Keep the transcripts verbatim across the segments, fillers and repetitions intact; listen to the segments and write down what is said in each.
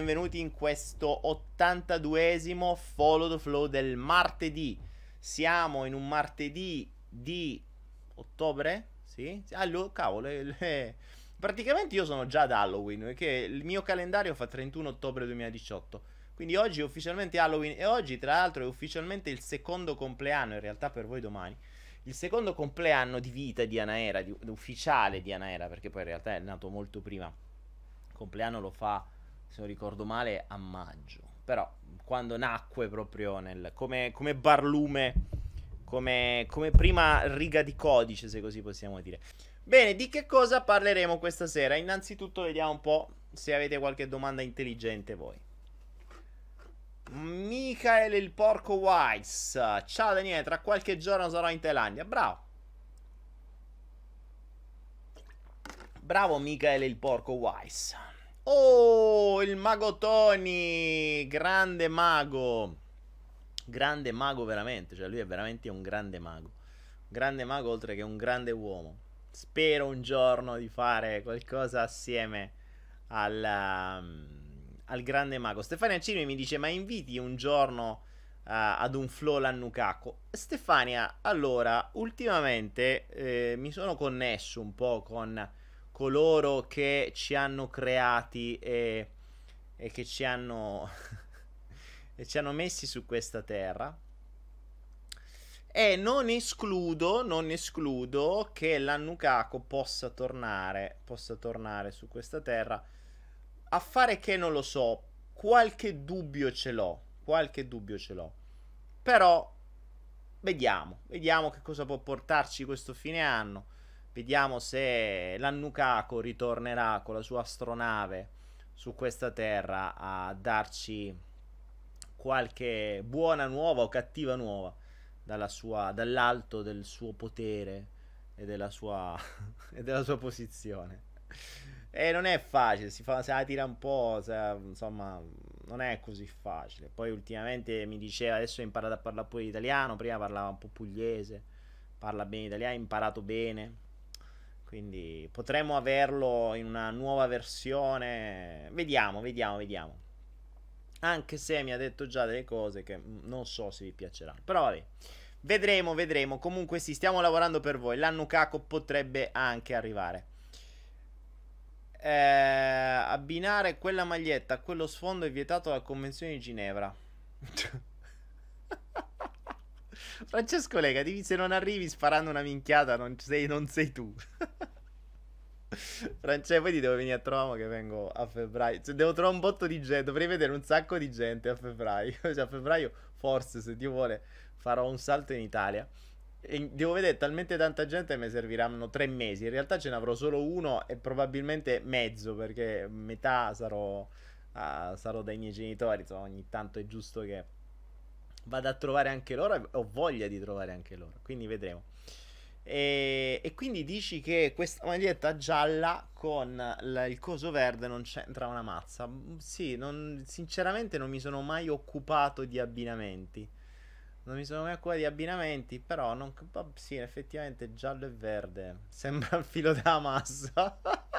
benvenuti in questo ottantaduesimo Follow the Flow del martedì. Siamo in un martedì di ottobre? Sì? Allora, cavolo, eh, eh. praticamente io sono già ad Halloween, perché il mio calendario fa trentuno ottobre duemiladiciotto. Quindi oggi è ufficialmente Halloween e oggi tra l'altro è ufficialmente il secondo compleanno, in realtà per voi domani. Il secondo compleanno di vita di Anaera, di, ufficiale di Anaera, perché poi in realtà è nato molto prima. Il compleanno lo fa, se non ricordo male, a maggio. Però quando nacque proprio nel, come, come barlume, come, come prima riga di codice, se così possiamo dire. Bene, di che cosa parleremo questa sera? Innanzitutto vediamo un po' se avete qualche domanda intelligente voi. Michael il porco Wise. Ciao Daniele, tra qualche giorno sarò in Thailandia. Bravo. Bravo Michael il porco Wise. Oh, il mago Tony. Grande mago. Grande mago veramente. Cioè lui è veramente un grande mago. Grande mago oltre che un grande uomo. Spero un giorno di fare qualcosa assieme al... Um, al grande mago. Stefania Cini mi dice: ma inviti un giorno uh, ad un flow l'Annukako? Stefania, allora, ultimamente eh, mi sono connesso un po' con coloro che ci hanno creati e, e che ci hanno e ci hanno messi su questa terra. E non escludo, non escludo che l'Annukako possa tornare, possa tornare su questa terra. A fare che non lo so, qualche dubbio ce l'ho, qualche dubbio ce l'ho. Però vediamo, vediamo che cosa può portarci questo fine anno. Vediamo se l'Annukako ritornerà con la sua astronave su questa terra a darci qualche buona nuova o cattiva nuova dalla sua, dall'alto del suo potere e della sua, e della sua posizione. E non è facile, si, fa, se la tira un po', se, insomma, non è così facile. Poi ultimamente mi diceva, adesso ha imparato a parlare pure italiano, prima parlava un po' pugliese, parla bene italiano, ha imparato bene. Quindi potremmo averlo in una nuova versione. Vediamo, vediamo, vediamo. Anche se mi ha detto già delle cose che non so se vi piaceranno. Però vabbè, vedremo, vedremo. Comunque sì, stiamo lavorando per voi. L'Annukako potrebbe anche arrivare. Eh, abbinare quella maglietta a quello sfondo è vietato dalla Convenzione di Ginevra. Francesco Lega, se non arrivi sparando una minchiata non sei, non sei tu. Francesco, poi ti devo venire a trovare che vengo a febbraio. Cioè, devo trovare un botto di gente. Dovrei vedere un sacco di gente a febbraio. Cioè, a febbraio, forse, se Dio vuole, farò un salto in Italia. E devo vedere talmente tanta gente che mi serviranno tre mesi. In realtà ce ne avrò solo uno e probabilmente mezzo, perché metà sarò, uh, sarò dai miei genitori. Insomma, ogni tanto è giusto che vada a trovare anche loro e ho voglia di trovare anche loro. Quindi vedremo. E, e quindi dici che questa maglietta gialla con la, il coso verde non c'entra una mazza? Sì, non, sinceramente non mi sono mai occupato di abbinamenti. Non mi sono mai occupato di abbinamenti, però non, sì, effettivamente giallo e verde. Sembra il filo della massa.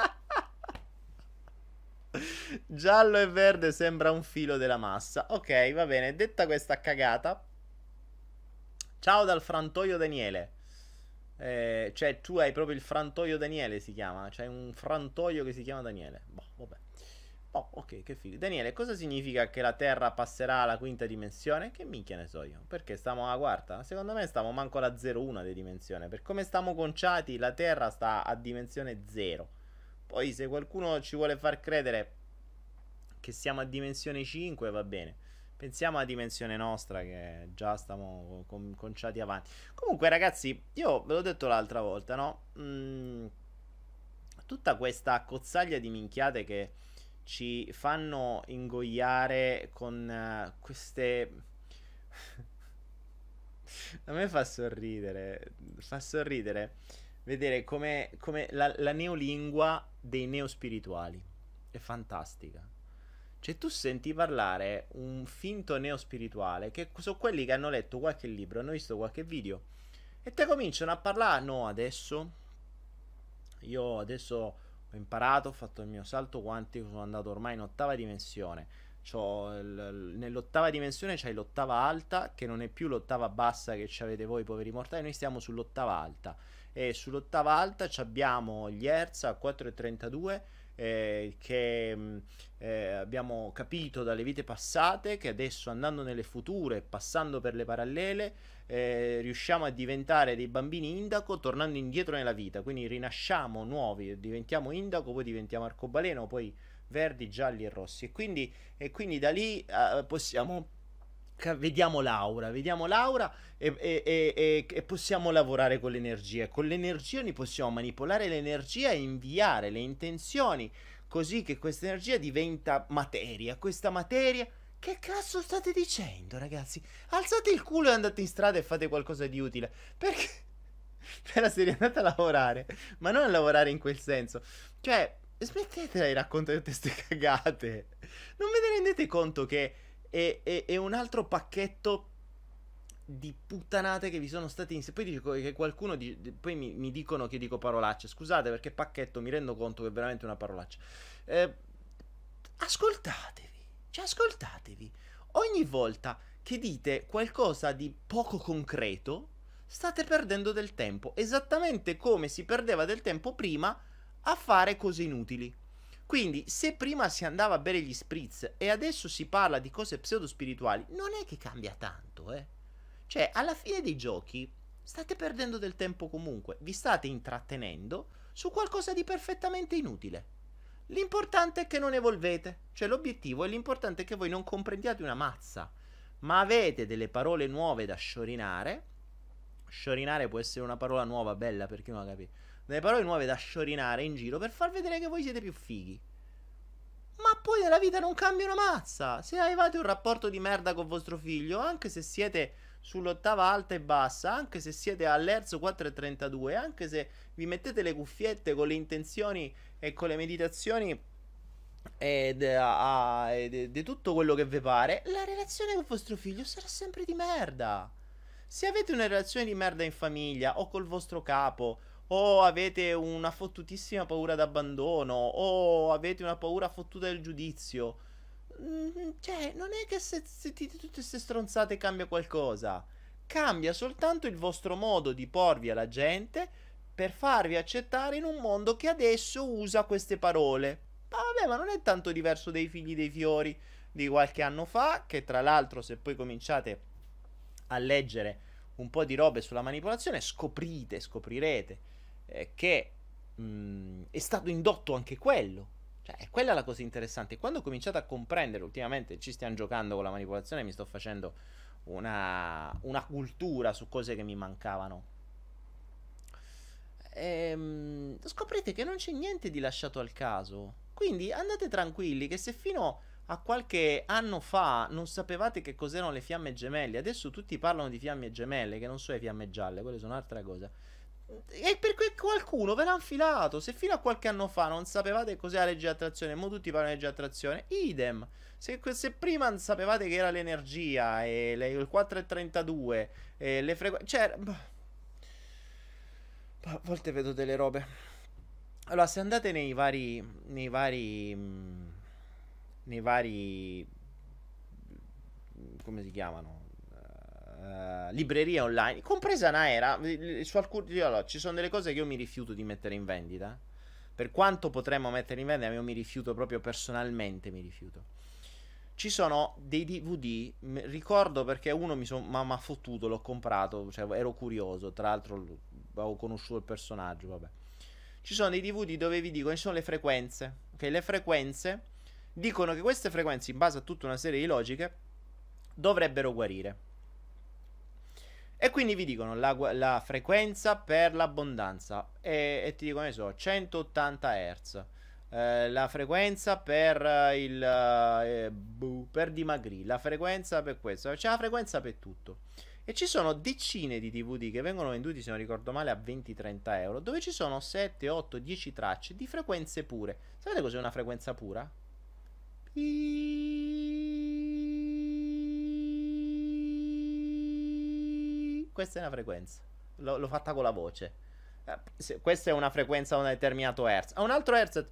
Giallo e verde sembra un filo della massa. Ok, va bene. Detta questa cagata. Ciao dal frantoio Daniele. Eh, cioè, tu hai proprio il frantoio Daniele, si chiama. C'hai un frantoio che si chiama Daniele. Boh, vabbè. Oh, ok, che figo. Daniele, cosa significa che la Terra passerà alla quinta dimensione? Che minchia ne so io. Perché stiamo alla quarta? Secondo me stiamo manco alla zero uno di dimensione. Per come stiamo conciati, la Terra sta a dimensione zero. Poi, se qualcuno ci vuole far credere che siamo a dimensione cinque, va bene. Pensiamo alla dimensione nostra, che già stiamo con- conciati avanti. Comunque, ragazzi, io ve l'ho detto l'altra volta, no? Mm, tutta questa accozzaglia di minchiate che ci fanno ingoiare con uh, queste... A me fa sorridere, fa sorridere vedere come, come la, la neolingua dei neospirituali è fantastica. Cioè tu senti parlare un finto neospirituale, che sono quelli che hanno letto qualche libro, hanno visto qualche video, e te cominciano a parlare, no, adesso io adesso Ho imparato, ho fatto il mio salto quantico, sono andato ormai in ottava dimensione. C'ho il- nell'ottava dimensione c'hai l'ottava alta, che non è più l'ottava bassa che ci avete voi, poveri mortali. Noi stiamo sull'ottava alta. E sull'ottava alta ci abbiamo gli Hertz a quattro virgola trentadue. Eh, che mh, eh, abbiamo capito dalle vite passate che adesso andando nelle future, passando per le parallele, eh, riusciamo a diventare dei bambini indaco tornando indietro nella vita. Quindi rinasciamo nuovi, diventiamo indaco, poi diventiamo arcobaleno, poi verdi, gialli e rossi. E quindi, e quindi da lì eh, possiamo. ca- Vediamo l'aura, vediamo l'aura e, e- e- e- e possiamo lavorare con l'energia. Con l'energia noi possiamo manipolare l'energia e inviare le intenzioni così che questa energia diventa materia. Questa materia. Che cazzo state dicendo, ragazzi? Alzate il culo e andate in strada e fate qualcosa di utile. Perché? Per la serie andate a lavorare, ma non a lavorare in quel senso. Cioè, smettetela di raccontare tutte queste cagate. Non ve ne rendete conto che è, è- è un altro pacchetto di puttanate che vi sono state insieme. Poi dico che qualcuno di- di- poi mi, mi dicono che dico parolacce. Scusate, perché pacchetto mi rendo conto che è veramente una parolaccia. Eh, ascoltatevi, cioè ascoltatevi. Ogni volta che dite qualcosa di poco concreto, state perdendo del tempo, esattamente come si perdeva del tempo prima a fare cose inutili. Quindi, se prima si andava a bere gli spritz e adesso si parla di cose pseudo-spirituali, non è che cambia tanto, eh. Cioè, alla fine dei giochi, state perdendo del tempo comunque, vi state intrattenendo su qualcosa di perfettamente inutile. L'importante è che non evolvete, cioè l'obiettivo è l'importante è che voi non comprendiate una mazza, ma avete delle parole nuove da sciorinare. Sciorinare può essere una parola nuova, bella per chi non la capisce. Delle parole nuove da sciorinare in giro per far vedere che voi siete più fighi. Ma poi nella vita non cambia una mazza. Se avevate un rapporto di merda con vostro figlio, anche se siete sull'ottava alta e bassa, anche se siete all'Hertz quattro virgola trentadue, anche se vi mettete le cuffiette con le intenzioni e con le meditazioni ed a, a- ed- di tutto quello che vi pare, la relazione con vostro figlio sarà sempre di merda. Se avete una relazione di merda in famiglia o col vostro capo, o avete una fottutissima paura d'abbandono, o avete una paura fottuta del giudizio, mm, cioè, non è che se sentite tutte queste stronzate cambia qualcosa. Cambia soltanto il vostro modo di porvi alla gente per farvi accettare in un mondo che adesso usa queste parole. Ma vabbè, ma non è tanto diverso dei figli dei fiori di qualche anno fa, che tra l'altro se poi cominciate a leggere un po' di robe sulla manipolazione, scoprite, scoprirete eh, che mh, è stato indotto anche quello. Cioè, è quella la cosa interessante. Quando cominciate a comprendere, ultimamente ci stiamo giocando con la manipolazione, mi sto facendo una, una cultura su cose che mi mancavano. Ehm, scoprite che non c'è niente di lasciato al caso. Quindi andate tranquilli che se fino a qualche anno fa non sapevate che cos'erano le fiamme gemelle, adesso tutti parlano di fiamme gemelle, che non sono le fiamme gialle, quelle sono altra cosa. E perché qualcuno ve l'ha infilato. Se fino a qualche anno fa non sapevate cos'è la legge di attrazione, mo tutti parlano di legge di attrazione, idem. Se, se prima non sapevate che era l'energia e le, il quattro virgola trentadue e le frequenze. Cioè, a volte vedo delle robe. Allora, se andate nei vari. Nei vari. mh, nei vari. Come si chiamano? Eh, librerie online, compresa Naera. eh, Su alcuni. Allora, ci sono delle cose che io mi rifiuto di mettere in vendita. Per quanto potremmo mettere in vendita, io mi rifiuto proprio personalmente. Mi rifiuto. Ci sono dei D V D, m- ricordo perché uno mi ha fottuto, l'ho comprato, cioè ero curioso, tra l'altro l- avevo conosciuto il personaggio, vabbè. Ci sono dei D V D dove vi dicono ci sono le frequenze, ok? Le frequenze dicono che queste frequenze, in base a tutta una serie di logiche, dovrebbero guarire. E quindi vi dicono la, gu- la frequenza per l'abbondanza e, e ti dicono, ne so, centottanta Hz. Eh, la frequenza per eh, il eh, boh, per dimagrire, la frequenza per questo, c'è la frequenza per tutto. E ci sono decine di D V D che vengono venduti, se non ricordo male, a venti trenta euro, dove ci sono sette, otto, dieci tracce di frequenze pure. Sapete cos'è una frequenza pura? Questa è una frequenza. L'ho, l'ho fatta con la voce. Eh, questa è una frequenza a un determinato hertz. A un altro hertz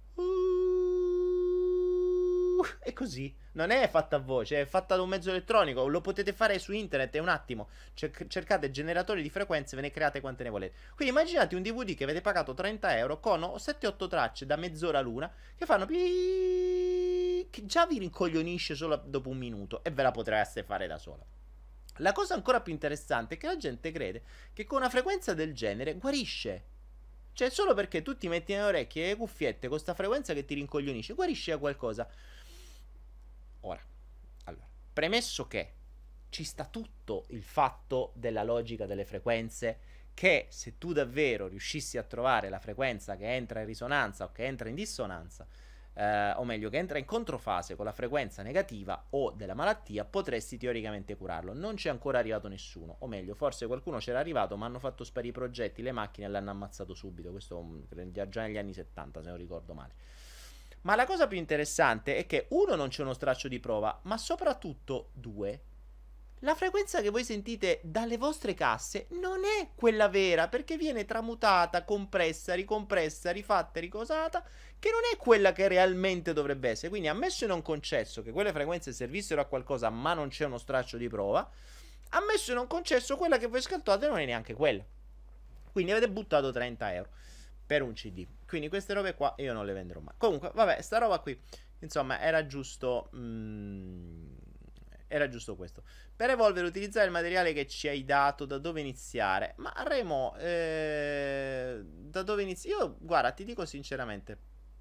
è così. Non è fatta a voce, è fatta da un mezzo elettronico. Lo potete fare su internet, è un attimo. Cer- cercate generatori di frequenze, ve ne create quante ne volete. Quindi immaginate un D V D che avete pagato trenta euro con sette otto tracce da mezz'ora l'una che fanno pi- che già vi rincoglionisce solo dopo un minuto e ve la potreste fare da sola. La cosa ancora più interessante è che la gente crede che con una frequenza del genere guarisce. Cioè, solo perché tu ti metti nelle orecchie e le cuffiette con questa frequenza che ti rincoglionisce, guarisce a qualcosa. Ora, allora, premesso che ci sta tutto il fatto della logica delle frequenze, che se tu davvero riuscissi a trovare la frequenza che entra in risonanza o che entra in dissonanza, eh, o meglio che entra in controfase con la frequenza negativa o della malattia, potresti teoricamente curarlo. Non c'è ancora arrivato nessuno, o meglio forse qualcuno c'era arrivato ma hanno fatto sparire i progetti, le macchine e l'hanno ammazzato subito. Questo già negli anni settanta, se non ricordo male. Ma la cosa più interessante è che uno, non c'è uno straccio di prova, ma soprattutto due, la frequenza che voi sentite dalle vostre casse non è quella vera, perché viene tramutata, compressa, ricompressa, rifatta e ricosata, che non è quella che realmente dovrebbe essere. Quindi, ammesso e non concesso che quelle frequenze servissero a qualcosa, ma non c'è uno straccio di prova, ammesso e non concesso, quella che voi ascoltate non è neanche quella. Quindi avete buttato trenta euro per un C D. Quindi queste robe qua io non le venderò mai. Comunque, vabbè, sta roba qui, insomma, era giusto... Mm, era giusto questo. Per evolvere, utilizzare il materiale che ci hai dato, da dove iniziare? Ma Remo, eh, da dove iniziare? Io, guarda, ti dico sinceramente.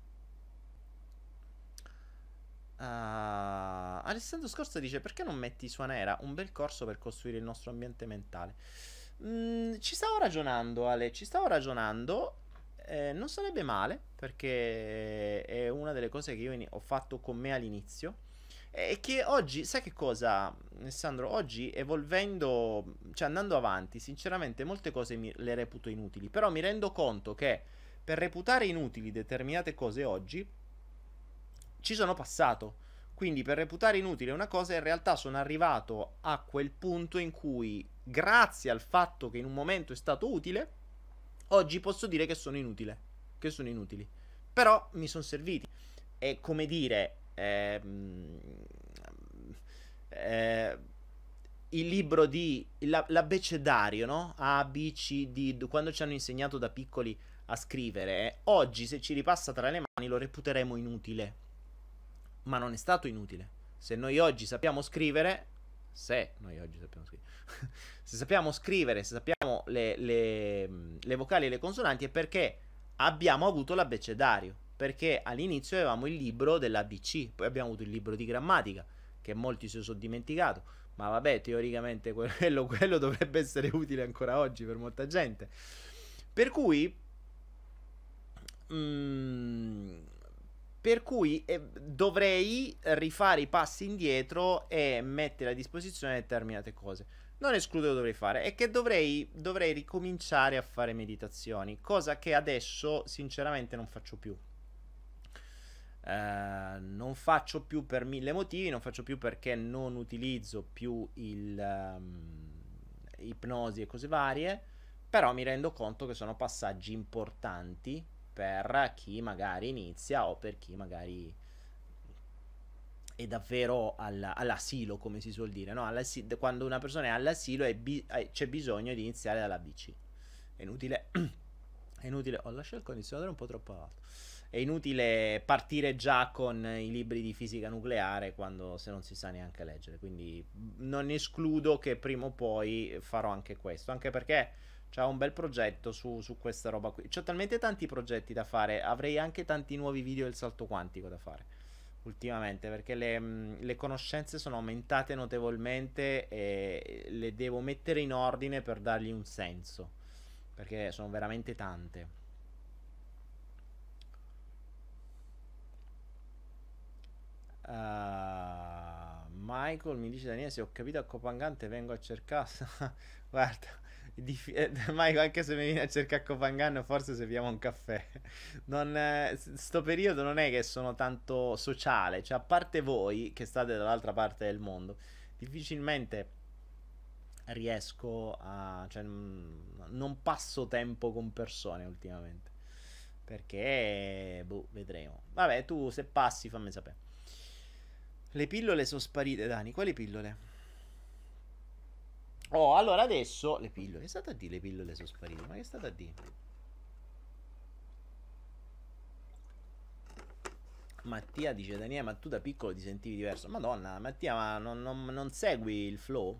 Uh, Alessandro Scorza dice: perché non metti su Anera un bel corso per costruire il nostro ambiente mentale? Mm, ci stavo ragionando, Ale, ci stavo ragionando. Eh, non sarebbe male, perché è una delle cose che io in- ho fatto con me all'inizio. E che oggi, sai che cosa, Alessandro? Oggi evolvendo, cioè andando avanti, sinceramente molte cose mi, le reputo inutili. Però mi rendo conto che per reputare inutili determinate cose oggi ci sono passato. Quindi per reputare inutile una cosa, in realtà sono arrivato a quel punto in cui, grazie al fatto che in un momento è stato utile, oggi posso dire che sono inutile. Che sono inutili. Però mi sono serviti. È come dire... Ehm, eh, il libro di... La, l'abbecedario, no? A, B, C, D. Quando ci hanno insegnato da piccoli a scrivere. Oggi, se ci ripassa tra le mani, lo reputeremo inutile. Ma non è stato inutile. Se noi oggi sappiamo scrivere, se noi oggi sappiamo scrivere, se sappiamo scrivere, se sappiamo le, le, le vocali e le consonanti, è perché abbiamo avuto l'abbecedario. Perché all'inizio avevamo il libro dell'A B C, poi abbiamo avuto il libro di grammatica, che molti si sono dimenticato. Ma vabbè, teoricamente quello, quello dovrebbe essere utile ancora oggi per molta gente. Per cui... Mm, per cui eh, dovrei rifare i passi indietro e mettere a disposizione determinate cose. Non escludo che dovrei fare. È che dovrei, dovrei ricominciare a fare meditazioni, cosa che adesso sinceramente non faccio più. Eh, non faccio più per mille motivi, non faccio più perché non utilizzo più il um, ipnosi e cose varie, però mi rendo conto che sono passaggi importanti per chi magari inizia o per chi magari è davvero all- all'asilo, come si suol dire, no? All'asi- quando una persona è all'asilo è bi- c'è bisogno di iniziare dalla B C. È inutile, è inutile, ho lasciato il condizionatore un po' troppo alto. È inutile partire già con i libri di fisica nucleare quando se non si sa neanche leggere. Quindi non escludo che prima o poi farò anche questo. Anche perché c'ho un bel progetto su, su questa roba qui. C'ho talmente tanti progetti da fare. Avrei anche tanti nuovi video del salto quantico da fare ultimamente. Perché le, le conoscenze sono aumentate notevolmente e le devo mettere in ordine per dargli un senso. Perché sono veramente tante. Uh, Michael mi dice: Daniele, se ho capito a Copangante vengo a cercare. Guarda, dif- eh, Michael, anche se mi viene a cercare a Copangan, forse se piamo un caffè. Non, eh, sto periodo non è che sono tanto sociale, cioè a parte voi che state dall'altra parte del mondo, difficilmente riesco a... cioè, mm, non passo tempo con persone ultimamente. Perché, boh, vedremo. Vabbè, tu se passi fammi sapere. Le pillole sono sparite, Dani. Quali pillole? Oh, allora adesso le pillole. Che è stato a dire le pillole sono sparite? Ma che è stato a dire? Mattia dice Daniele, ma tu da piccolo ti sentivi diverso? Madonna, Mattia, ma non, non- non segui il flow?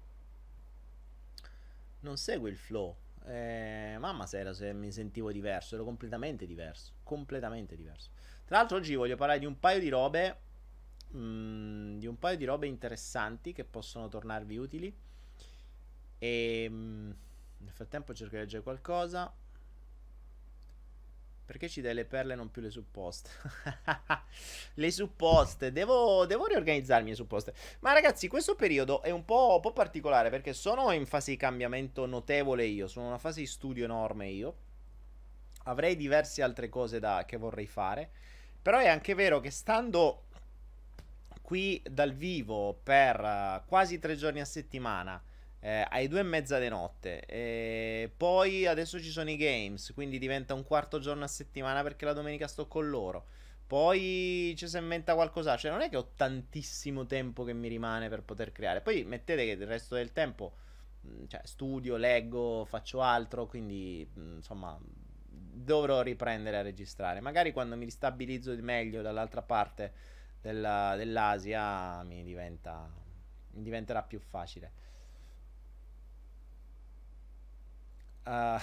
Non segui il flow. Eh, mamma sera se mi sentivo diverso, ero completamente diverso. Completamente diverso. Tra l'altro oggi voglio parlare di un paio di robe. mm, di un paio di robe interessanti che possono tornarvi utili. E mm, nel frattempo cerco di leggere qualcosa. Perché ci dai le perle e non più le supposte? Le supposte. Devo, devo riorganizzarmi le supposte. Ma ragazzi, questo periodo è un po', un po' particolare perché sono in fase di cambiamento notevole io. Sono in una fase di studio enorme io. Avrei diverse altre cose da, che vorrei fare. Però è anche vero che stando qui dal vivo per eh, quasi tre giorni a settimana, eh, ai due e mezza di notte, e poi adesso ci sono i games, quindi diventa un quarto giorno a settimana perché la domenica sto con loro. Poi ci si inventa qualcosa, cioè non è che ho tantissimo tempo che mi rimane per poter creare. Poi mettete che il resto del tempo, mh, cioè, studio, leggo, faccio altro, quindi mh, insomma dovrò riprendere a registrare. Magari quando mi ristabilizzo di meglio dall'altra parte della- dell'Asia mi diventa mi diventerà più facile. Uh,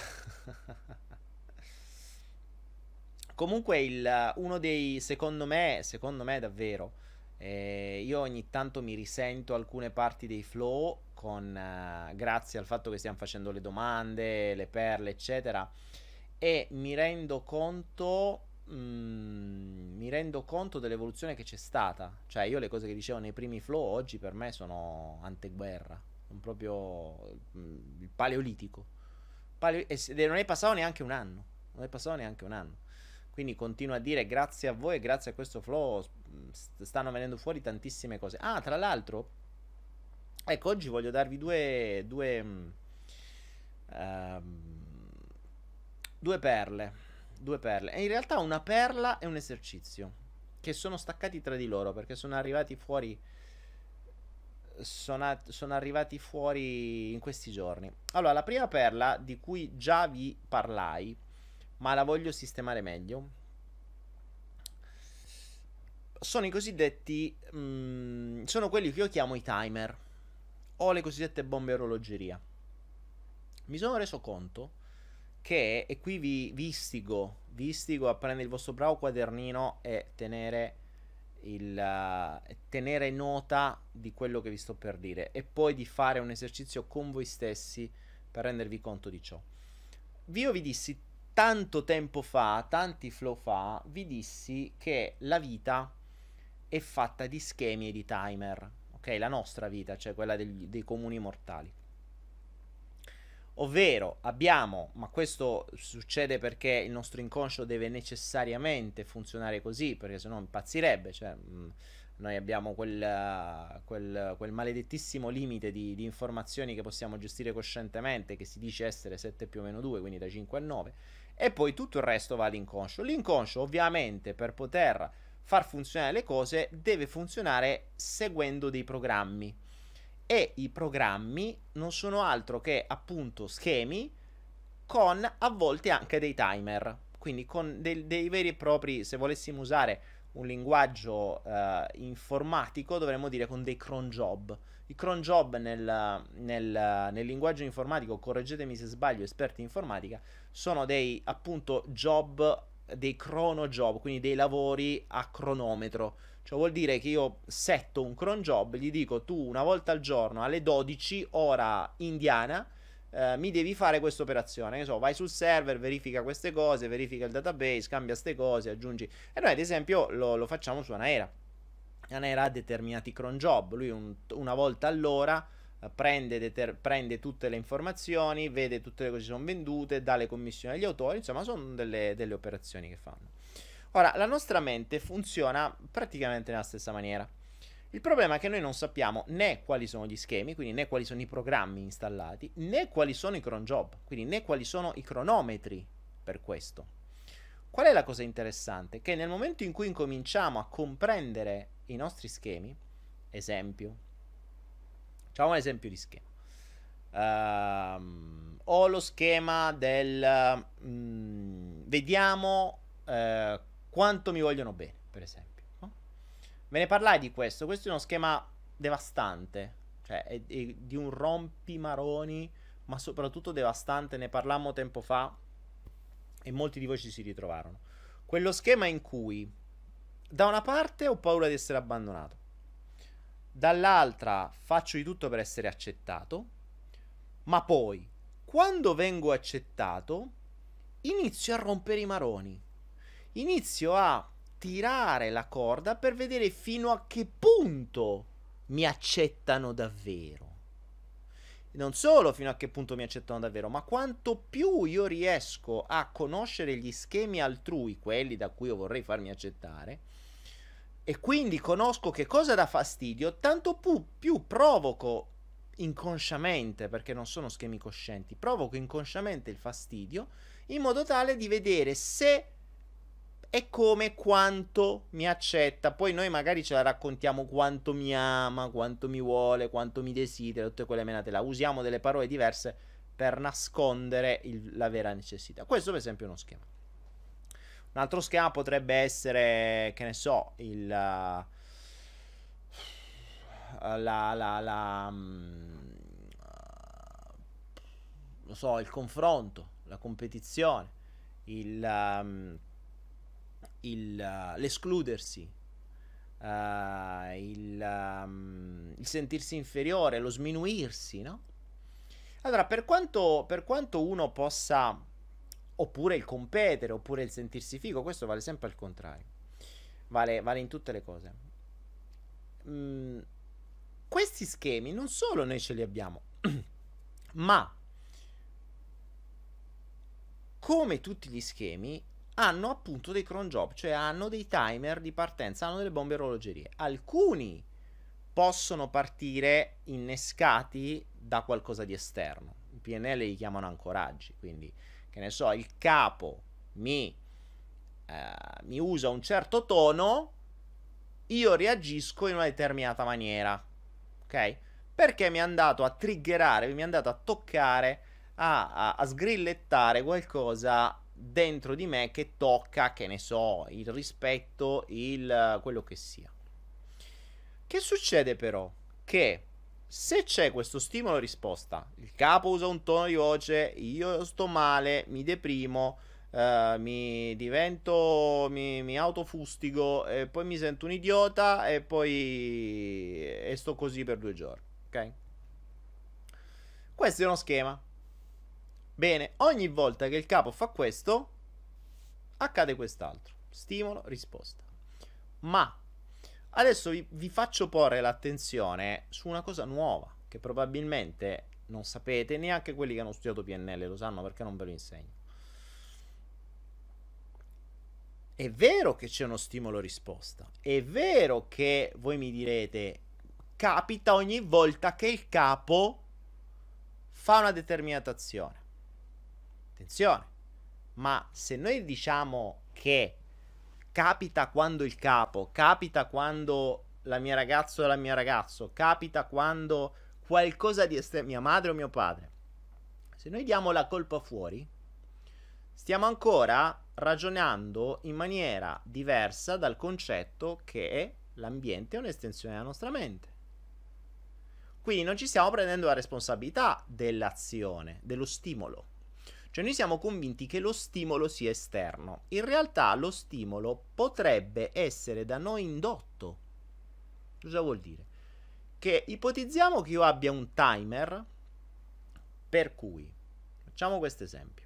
Comunque il, uno dei secondo me, secondo me davvero, eh, io ogni tanto mi risento alcune parti dei flow con eh, grazie al fatto che stiamo facendo le domande, le perle, eccetera, e mi rendo conto mm, mi rendo conto dell'evoluzione che c'è stata. Cioè, io le cose che dicevo nei primi flow oggi per me sono anteguerra, sono proprio mm, il paleolitico. Paleo- e se- non è passato neanche un anno. Non è passato neanche un anno. Quindi continuo a dire grazie a voi e grazie a questo flow mm, st- stanno venendo fuori tantissime cose. Ah, tra l'altro, ecco, oggi voglio darvi due, due, mm, ehm, due perle. Due perle. E in realtà una perla e un esercizio. Che sono staccati tra di loro perché sono arrivati fuori. Sono, a- sono arrivati fuori in questi giorni. Allora, la prima perla di cui già vi parlai, ma la voglio sistemare meglio, sono i cosiddetti. mm, sono quelli che io chiamo i timer o le cosiddette bombe a orologeria. Mi sono reso conto che, e qui vi, vi istigo, vi istigo a prendere il vostro bravo quadernino e tenere, il, eh, tenere nota di quello che vi sto per dire e poi di fare un esercizio con voi stessi per rendervi conto di ciò. Io vi dissi tanto tempo fa, tanti flow fa, vi dissi che la vita è fatta di schemi e di timer, ok? La nostra vita, cioè quella degli- dei comuni mortali. Ovvero abbiamo, ma questo succede perché il nostro inconscio deve necessariamente funzionare così, perché sennò impazzirebbe, cioè mh, noi abbiamo quel, uh, quel, quel maledettissimo limite di, di informazioni che possiamo gestire coscientemente, che si dice essere sette più o meno due, quindi da cinque a nove, e poi tutto il resto va all'inconscio. L'inconscio ovviamente per poter far funzionare le cose deve funzionare seguendo dei programmi e i programmi non sono altro che appunto schemi con a volte anche dei timer, quindi con dei, dei veri e propri, se volessimo usare un linguaggio eh, informatico, dovremmo dire con dei cron job. I cron job nel, nel, nel linguaggio informatico, correggetemi se sbaglio, esperti in informatica, sono dei appunto job, dei crono job, quindi dei lavori a cronometro. Cioè vuol dire che io setto un cron job, gli dico tu una volta al giorno alle dodici ora indiana eh, mi devi fare questa operazione. Che so, vai sul server, verifica queste cose, verifica il database, cambia queste cose, aggiungi. E noi ad esempio lo, lo facciamo su Anaera. Anaera ha determinati cron job, lui un- una volta all'ora eh, prende, deter- prende tutte le informazioni, vede tutte le cose che sono vendute, dà le commissioni agli autori, insomma sono delle, delle operazioni che fanno. Ora, la nostra mente funziona praticamente nella stessa maniera. Il problema è che noi non sappiamo né quali sono gli schemi, quindi né quali sono i programmi installati, né quali sono i cron job, quindi né quali sono i cronometri per questo. Qual è la cosa interessante? Che nel momento in cui incominciamo a comprendere i nostri schemi, esempio, facciamo un esempio di schema. Uh, ho lo schema del um, vediamo uh, quanto mi vogliono bene, per esempio. Ve ne parlai di questo. Questo è uno schema devastante. Cioè, è, è di un rompimaroni, ma soprattutto devastante. Ne parlammo tempo fa e molti di voi ci si ritrovarono. Quello schema in cui, da una parte, ho paura di essere abbandonato. Dall'altra, faccio di tutto per essere accettato. Ma poi, quando vengo accettato, inizio a rompere i maroni. Inizio a tirare la corda per vedere fino a che punto mi accettano davvero. Non solo fino a che punto mi accettano davvero, ma quanto più io riesco a conoscere gli schemi altrui, quelli da cui io vorrei farmi accettare, e quindi conosco che cosa dà fastidio, tanto più, più provoco inconsciamente, perché non sono schemi coscienti, provoco inconsciamente il fastidio, in modo tale di vedere se è come quanto mi accetta. Poi noi magari ce la raccontiamo quanto mi ama, quanto mi vuole, quanto mi desidera, tutte quelle menate là. Usiamo delle parole diverse per nascondere il, la vera necessità. Questo per esempio è uno schema. Un altro schema potrebbe essere, che ne so, il la la la, la um, lo so, il confronto, la competizione, il um, Il, uh, l'escludersi, uh, il, um, il sentirsi inferiore, lo sminuirsi, no? Allora, per quanto, per quanto uno possa, oppure il competere, oppure il sentirsi figo, questo vale sempre al contrario, vale, vale in tutte le cose. Mm, questi schemi non solo noi ce li abbiamo, ma come tutti gli schemi hanno appunto dei cron job, cioè hanno dei timer di partenza, hanno delle bombe orologerie. Alcuni possono partire innescati da qualcosa di esterno. I P N L li chiamano ancoraggi, quindi che ne so, il capo mi, eh, mi usa un certo tono, io reagisco in una determinata maniera, ok? Perché mi è andato a triggerare, mi è andato a toccare, a, a, a sgrillettare qualcosa dentro di me che tocca, che ne so, il rispetto, il quello che sia. Che succede però? Che se c'è questo stimolo risposta, il capo usa un tono di voce, io sto male, mi deprimo, uh, mi divento, mi, mi autofustigo, e poi mi sento un idiota e poi e sto così per due giorni, ok? Questo è uno schema. Bene, ogni volta che il capo fa questo, accade quest'altro. Stimolo, risposta. Ma adesso vi, vi faccio porre l'attenzione su una cosa nuova, che probabilmente non sapete, neanche quelli che hanno studiato P N L lo sanno perché non ve lo insegno. È vero che c'è uno stimolo-risposta. È vero che voi mi direte, capita ogni volta che il capo fa una determinata azione. Attenzione, ma se noi diciamo che capita quando il capo, capita quando la mia ragazza o la mia ragazzo, capita quando qualcosa di esterno, mia madre o mio padre, se noi diamo la colpa fuori, stiamo ancora ragionando in maniera diversa dal concetto che l'ambiente è un'estensione della nostra mente. Quindi non ci stiamo prendendo la responsabilità dell'azione, dello stimolo. Cioè noi siamo convinti che lo stimolo sia esterno. In realtà lo stimolo potrebbe essere da noi indotto. Cosa vuol dire? Che ipotizziamo che io abbia un timer per cui, facciamo questo esempio.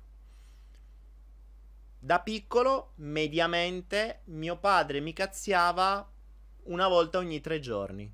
Da piccolo, mediamente, mio padre mi cazziava una volta ogni tre giorni.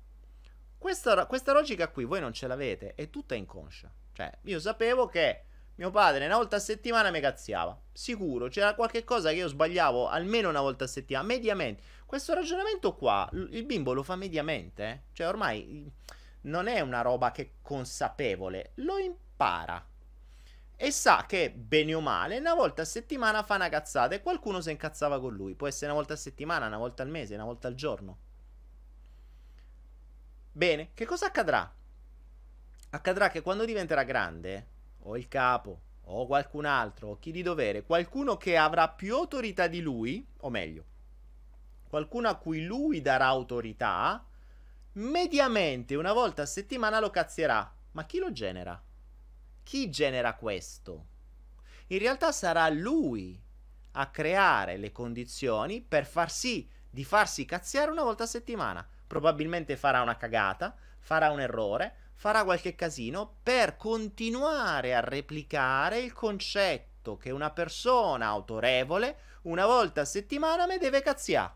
Questa, questa logica qui voi non ce l'avete, è tutta inconscia. Cioè, io sapevo che Mio padre una volta a settimana mi cazziava. Sicuro, c'era qualche cosa che io sbagliavo almeno una volta a settimana, mediamente. Questo ragionamento qua, il bimbo lo fa mediamente, eh? Cioè ormai non è una roba che è consapevole, lo impara. E sa che, bene o male, una volta a settimana fa una cazzata e qualcuno si incazzava con lui. Può essere una volta a settimana, una volta al mese, una volta al giorno. Bene, che cosa accadrà? Accadrà che quando diventerà grande, o il capo, o qualcun altro, o chi di dovere, qualcuno che avrà più autorità di lui, o meglio, qualcuno a cui lui darà autorità, mediamente una volta a settimana lo cazzierà. Ma chi lo genera? Chi genera questo? In realtà sarà lui a creare le condizioni per far sì di farsi cazziare una volta a settimana. Probabilmente farà una cagata, farà un errore, farà qualche casino per continuare a replicare il concetto che una persona autorevole una volta a settimana me deve cazziare.